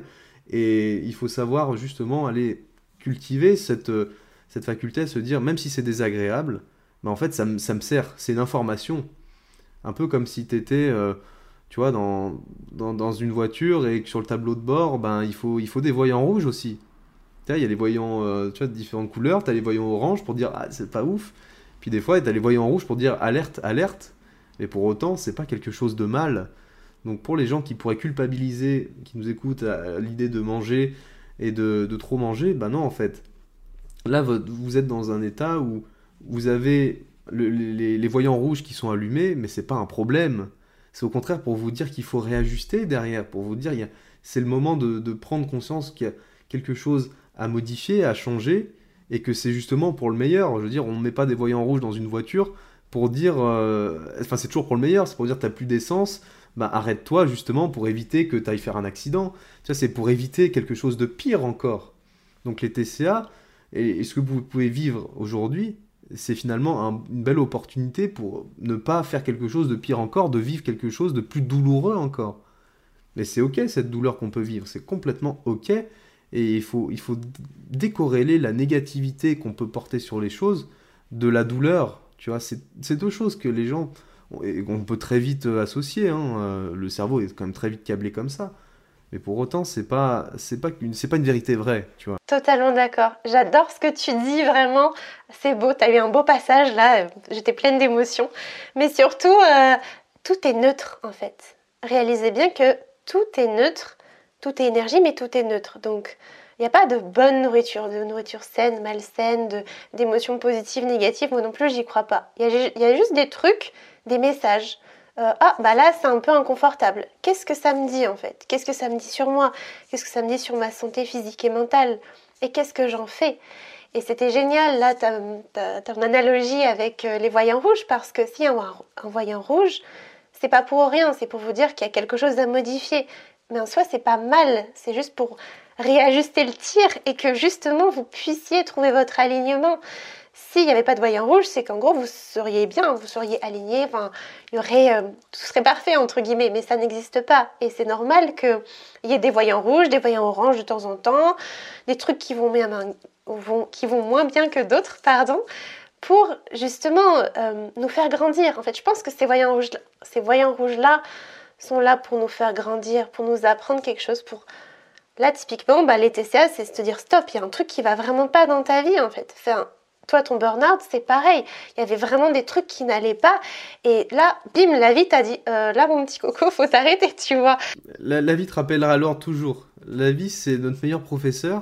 Et il faut savoir justement aller cultiver cette, euh, cette faculté à se dire, même si c'est désagréable, bah en fait ça, me- ça me sert, c'est une information. Un peu comme si tu étais, tu vois, dans, dans, dans une voiture et que sur le tableau de bord, ben, il faut, il faut des voyants rouges aussi. Tu vois, il y a les voyants euh, tu vois, de différentes couleurs, tu as les voyants orange pour dire ah, c'est pas ouf. Puis des fois, tu as les voyants rouges pour dire alerte, alerte. Mais pour autant, c'est pas quelque chose de mal. Donc pour les gens qui pourraient culpabiliser, qui nous écoutent à, à l'idée de manger et de, de trop manger, ben non, en fait. Là, vo- vous êtes dans un état où vous avez le- les, les voyants rouges qui sont allumés, mais c'est pas un problème. C'est au contraire pour vous dire qu'il faut réajuster derrière, pour vous dire il y a- c'est le moment de, de prendre conscience qu'il y a quelque chose à modifier, à changer, et que c'est justement pour le meilleur. Je veux dire, on ne met pas des voyants rouges dans une voiture pour dire, euh, enfin c'est toujours pour le meilleur, c'est pour dire t'as plus d'essence, bah arrête-toi justement pour éviter que tu ailles faire un accident. Tu vois, c'est pour éviter quelque chose de pire encore. Donc les T C A, et, et ce que vous pouvez vivre aujourd'hui, c'est finalement un- une belle opportunité pour ne pas faire quelque chose de pire encore, de vivre quelque chose de plus douloureux encore. Mais c'est ok cette douleur qu'on peut vivre, c'est complètement ok. Et il faut, il faut décorréler la négativité qu'on peut porter sur les choses de la douleur. Tu vois, c'est c'est deux choses que les gens, et qu'on peut très vite euh, associer, hein. Euh, le cerveau est quand même très vite câblé comme ça. Mais pour autant, c'est pas, c'est pas une, c'est pas une vérité vraie, tu vois. Totalement d'accord. J'adore ce que tu dis, vraiment. C'est beau, tu as eu un beau passage là, j'étais pleine d'émotions. Mais surtout, euh, tout est neutre en fait. Réalisez bien que tout est neutre, tout est énergie, mais tout est neutre. Donc, il n'y a pas de bonne nourriture, de nourriture saine, malsaine, de, d'émotions positives, négatives. Moi non plus, j'y crois pas. Il y a, ju- il y a juste des trucs, des messages. Euh, ah, bah là, c'est un peu inconfortable. Qu'est-ce que ça me dit en fait? Qu'est-ce que ça me dit sur moi? Qu'est-ce que ça me dit sur ma santé physique et mentale? Et qu'est-ce que j'en fais? Et c'était génial, là, ta, ta, ton analogie avec euh, les voyants rouges, parce que si un, un voyant rouge, c'est pas pour rien, c'est pour vous dire qu'il y a quelque chose à modifier. Mais en soi, c'est pas mal, c'est juste pour réajuster le tir et que justement vous puissiez trouver votre alignement. S'il n'y avait pas de voyant rouge, c'est qu'en gros vous seriez bien, vous seriez aligné, enfin, il y aurait, euh, tout serait parfait entre guillemets, mais ça n'existe pas. Et c'est normal qu'il y ait des voyants rouges, des voyants oranges de temps en temps, des trucs qui vont, bien, vont, qui vont moins bien que d'autres, pardon, pour justement euh, nous faire grandir. En fait, je pense que ces voyants rouges, ces voyants rouges-là sont là pour nous faire grandir, pour nous apprendre quelque chose, pour... Là, typiquement, bah, les T C A, c'est se dire stop, il y a un truc qui va vraiment pas dans ta vie, en fait. Enfin, toi, ton burn-out, c'est pareil. Il y avait vraiment des trucs qui n'allaient pas. Et là, bim, la vie t'a dit, euh, là, mon petit coco, faut t'arrêter, tu vois. La, la vie te rappellera alors toujours. La vie, c'est notre meilleur professeur.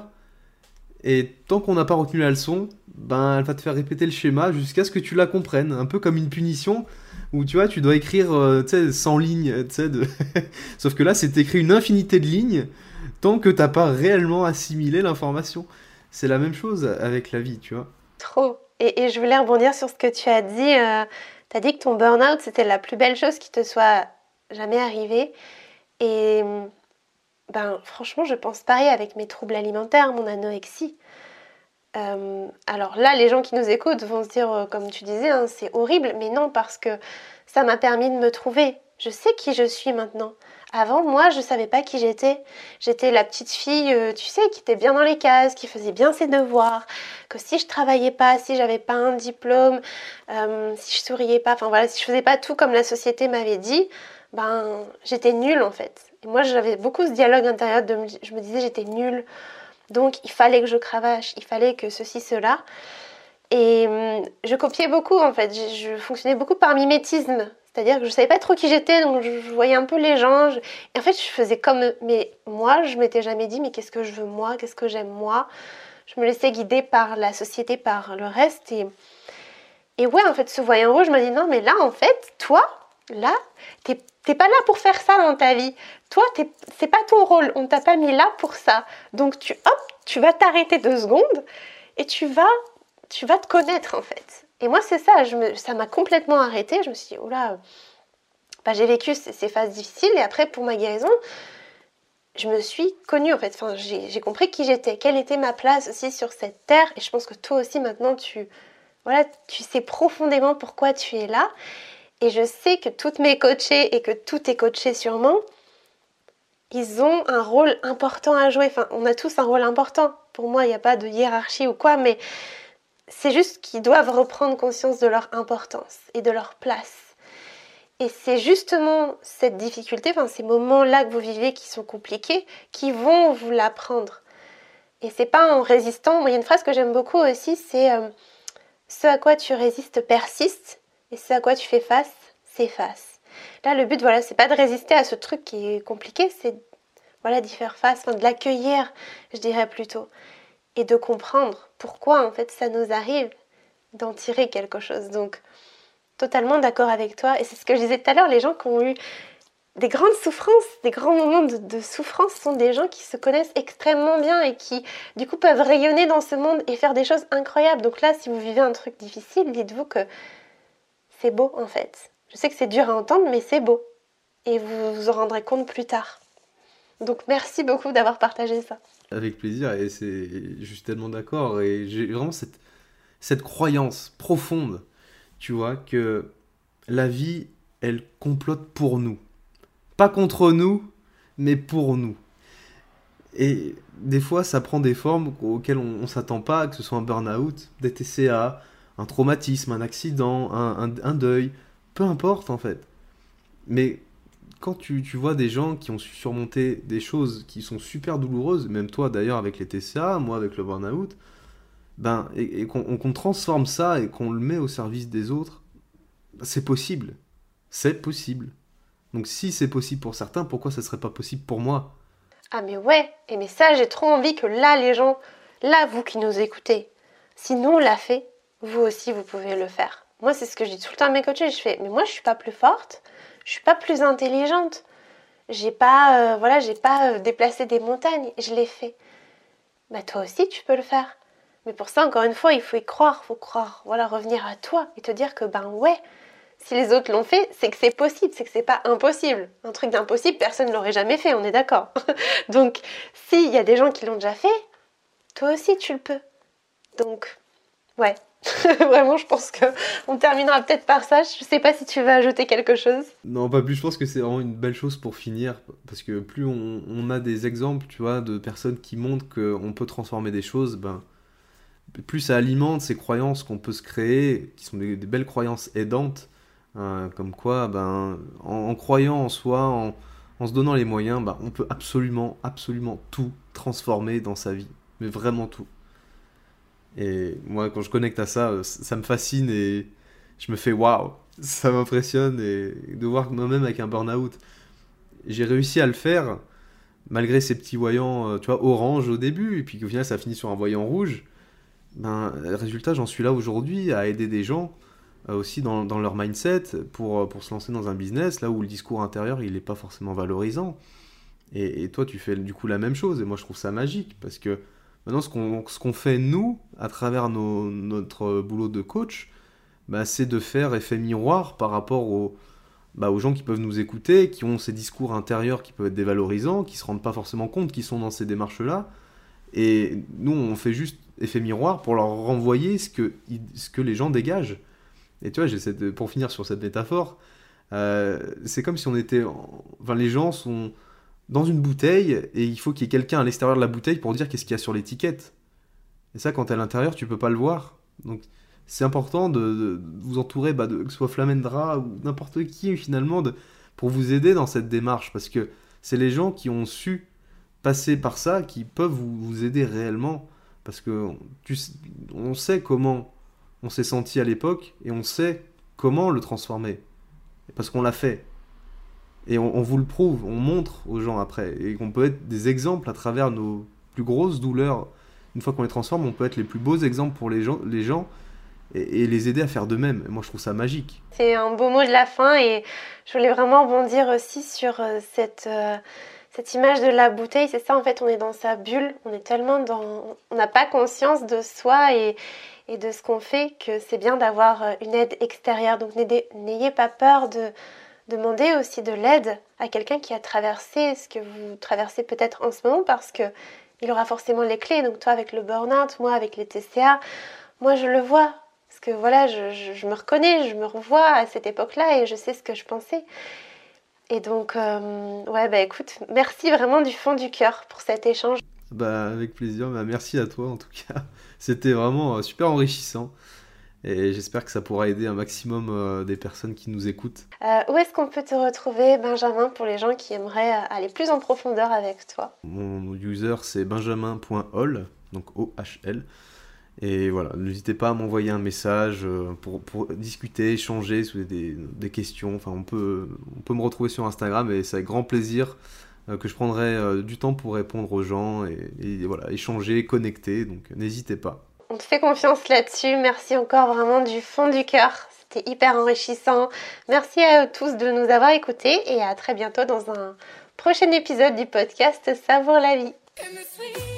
Et tant qu'on n'a pas retenu la leçon, ben, elle va te faire répéter le schéma jusqu'à ce que tu la comprennes. Un peu comme une punition où tu vois, tu dois écrire euh, tu sais, cent lignes. Tu sais, de... Sauf que là, c'est écrit une infinité de lignes tant que t'as pas réellement assimilé l'information. C'est la même chose avec la vie, tu vois. Trop. Et, et je voulais rebondir sur ce que tu as dit. Euh, T'as dit que ton burn-out, c'était la plus belle chose qui te soit jamais arrivée. Et ben, franchement, je pense pareil avec mes troubles alimentaires, mon anorexie. Euh, alors là, les gens qui nous écoutent vont se dire, euh, comme tu disais, hein, c'est horrible. Mais non, parce que ça m'a permis de me trouver. Je sais qui je suis maintenant. Avant, moi, je savais pas qui j'étais. J'étais la petite fille, euh, tu sais, qui était bien dans les cases, qui faisait bien ses devoirs, que si je travaillais pas, si j'avais pas un diplôme, euh, si je souriais pas, enfin voilà, si je faisais pas tout comme la société m'avait dit, ben j'étais nulle en fait. Et moi, j'avais beaucoup ce dialogue intérieur de, je me disais j'étais nulle, donc il fallait que je cravache, il fallait que ceci, cela. Et hum, je copiais beaucoup en fait, je, je fonctionnais beaucoup par mimétisme. C'est-à-dire que je savais pas trop qui j'étais, donc je, je voyais un peu les gens. Je... Et en fait, je faisais comme eux. Mais moi, je m'étais jamais dit, mais qu'est-ce que je veux moi? Qu'est-ce que j'aime moi? Je me laissais guider par la société, par le reste. Et, et ouais, en fait, ce voyant rouge, je me dis, non, mais là, en fait, toi, là, t'es, t'es pas là pour faire ça dans ta vie. Toi, t'es, c'est pas ton rôle. On t'a pas mis là pour ça. Donc, tu, hop, tu vas t'arrêter deux secondes et tu vas, tu vas te connaître, en fait. Et moi, c'est ça, je me, ça m'a complètement arrêtée. Je me suis dit, oh là, bah, j'ai vécu ces, ces phases difficiles. Et après, pour ma guérison, je me suis connue, en fait. Enfin, j'ai, j'ai compris qui j'étais, quelle était ma place aussi sur cette terre. Et je pense que toi aussi, maintenant, tu, voilà, tu sais profondément pourquoi tu es là. Et je sais que toutes mes coachées et que tous tes coachés sûrement, ils ont un rôle important à jouer. Enfin, on a tous un rôle important. Pour moi, il n'y a pas de hiérarchie ou quoi, mais c'est juste qu'ils doivent reprendre conscience de leur importance et de leur place. Et c'est justement cette difficulté, enfin ces moments-là que vous vivez qui sont compliqués, qui vont vous l'apprendre. Et c'est pas en résistant. Moi, il y a une phrase que j'aime beaucoup aussi, c'est euh, ce à quoi tu résistes persiste, et ce à quoi tu fais face s'efface. Là, le but, voilà, c'est pas de résister à ce truc qui est compliqué, c'est voilà, d'y faire face, enfin, de l'accueillir, je dirais plutôt. Et de comprendre pourquoi en fait ça nous arrive, d'en tirer quelque chose. Donc totalement d'accord avec toi. Et c'est ce que je disais tout à l'heure, les gens qui ont eu des grandes souffrances, des grands moments de, de souffrance sont des gens qui se connaissent extrêmement bien et qui du coup peuvent rayonner dans ce monde et faire des choses incroyables. Donc là, si vous vivez un truc difficile, dites-vous que c'est beau en fait. Je sais que c'est dur à entendre, mais c'est beau. Et vous vous en rendrez compte plus tard. Donc merci beaucoup d'avoir partagé ça. Avec plaisir, et c'est, je suis tellement d'accord, et j'ai vraiment cette, cette croyance profonde, tu vois, que la vie, elle complote pour nous. Pas contre nous, mais pour nous. Et des fois, ça prend des formes auxquelles on ne s'attend pas, que ce soit un burn-out, des T C A, un traumatisme, un accident, un, un, un deuil, peu importe en fait. Mais quand tu, tu vois des gens qui ont su surmonter des choses qui sont super douloureuses, même toi d'ailleurs avec les T C A, moi avec le burn-out, ben, et, et qu'on, qu'on transforme ça et qu'on le met au service des autres, c'est possible. C'est possible. Donc si c'est possible pour certains, pourquoi ça serait pas possible pour moi? Ah mais ouais, et mais ça j'ai trop envie que là les gens, là vous qui nous écoutez, si nous on l'a fait, vous aussi vous pouvez le faire. Moi c'est ce que je dis tout le temps à mes coachés, je fais, mais moi je suis pas plus forte, je suis pas plus intelligente, j'ai pas, euh, voilà, j'ai pas euh, déplacé des montagnes, je l'ai fait. Bah toi aussi tu peux le faire. Mais pour ça encore une fois il faut y croire, faut croire, voilà, revenir à toi et te dire que ben ouais, si les autres l'ont fait, c'est que c'est possible, c'est que c'est pas impossible. Un truc d'impossible, personne ne l'aurait jamais fait, on est d'accord. Donc, s'il y a des gens qui l'ont déjà fait, toi aussi tu le peux. Donc, ouais. Vraiment, je pense qu'on terminera peut-être par ça. Je sais pas si tu veux ajouter quelque chose. Non, pas plus, je pense que c'est vraiment une belle chose pour finir, parce que plus on, on a des exemples, tu vois, de personnes qui montrent qu'on peut transformer des choses, ben, plus ça alimente ces croyances qu'on peut se créer, qui sont des, des belles croyances aidantes, hein, comme quoi, ben, en, en croyant en soi, en, en se donnant les moyens, ben, on peut absolument, absolument tout transformer dans sa vie, mais vraiment tout. Et moi, quand je connecte à ça, euh, ça me fascine et je me fais waouh, ça m'impressionne, et de voir que moi-même avec un burn-out, j'ai réussi à le faire malgré ces petits voyants, euh, tu vois, orange au début, et puis qu'au final ça finit sur un voyant rouge. Ben, résultat, j'en suis là aujourd'hui à aider des gens euh, aussi dans, dans leur mindset pour, euh, pour se lancer dans un business, là où le discours intérieur il n'est pas forcément valorisant. Et, et toi, tu fais du coup la même chose, et moi je trouve ça magique, parce que maintenant ce qu'on, ce qu'on fait nous, à travers nos, notre boulot de coach, bah, c'est de faire effet miroir par rapport aux, bah, aux gens qui peuvent nous écouter, qui ont ces discours intérieurs qui peuvent être dévalorisants, qui se rendent pas forcément compte qu'ils sont dans ces démarches-là. Et nous, on fait juste effet miroir pour leur renvoyer ce que, ce que les gens dégagent. Et tu vois, j'essaie de, pour finir sur cette métaphore, euh, c'est comme si on était... en- Enfin, les gens sont dans une bouteille et il faut qu'il y ait quelqu'un à l'extérieur de la bouteille pour dire qu'est-ce qu'il y a sur l'étiquette. Et ça, quand t'es à l'intérieur, tu peux pas le voir. Donc, c'est important de, de vous entourer, bah, de, que ce soit Flamendra ou n'importe qui, finalement, de, pour vous aider dans cette démarche. Parce que c'est les gens qui ont su passer par ça qui peuvent vous, vous aider réellement. Parce que tu, sais- on sait comment on s'est senti à l'époque et on sait comment le transformer. Parce qu'on l'a fait. Et on, on vous le prouve, on montre aux gens après. Et qu'on peut être des exemples à travers nos plus grosses douleurs. Une fois qu'on les transforme, on peut être les plus beaux exemples pour les gens, les gens et, et les aider à faire de même. Et moi, je trouve ça magique. C'est un beau mot de la fin et je voulais vraiment rebondir aussi sur euh, cette, euh, cette image de la bouteille. C'est ça, en fait, on est dans sa bulle, on est tellement dans... On n'a pas conscience de soi et, et de ce qu'on fait que c'est bien d'avoir euh, une aide extérieure. Donc n'ayez n'ayez pas peur de demander aussi de l'aide à quelqu'un qui a traversé ce que vous traversez peut-être en ce moment parce que il aura forcément les clés. Donc toi avec le burn-out, moi avec les T C A, moi je le vois. Parce que voilà, je, je, je me reconnais, je me revois à cette époque-là et je sais ce que je pensais. Et donc, euh, ouais, bah écoute, merci vraiment du fond du cœur pour cet échange. Bah, avec plaisir. Bah, merci à toi, en tout cas. C'était vraiment euh, super enrichissant. Et j'espère que ça pourra aider un maximum euh, des personnes qui nous écoutent. Euh, où est-ce qu'on peut te retrouver, Benjamin, pour les gens qui aimeraient euh, aller plus en profondeur avec toi? Mon user, c'est benjamin point hall, donc O H L. Et voilà, n'hésitez pas à m'envoyer un message euh, pour, pour discuter, échanger, si vous avez des, des questions. Enfin, on peut, on peut me retrouver sur Instagram et c'est avec grand plaisir euh, que je prendrai euh, du temps pour répondre aux gens et, et voilà, échanger, connecter. Donc, n'hésitez pas. On te fait confiance là-dessus. Merci encore vraiment du fond du cœur. C'était hyper enrichissant. Merci à eux tous de nous avoir écoutés et à très bientôt dans un prochain épisode du podcast Savoure la vie.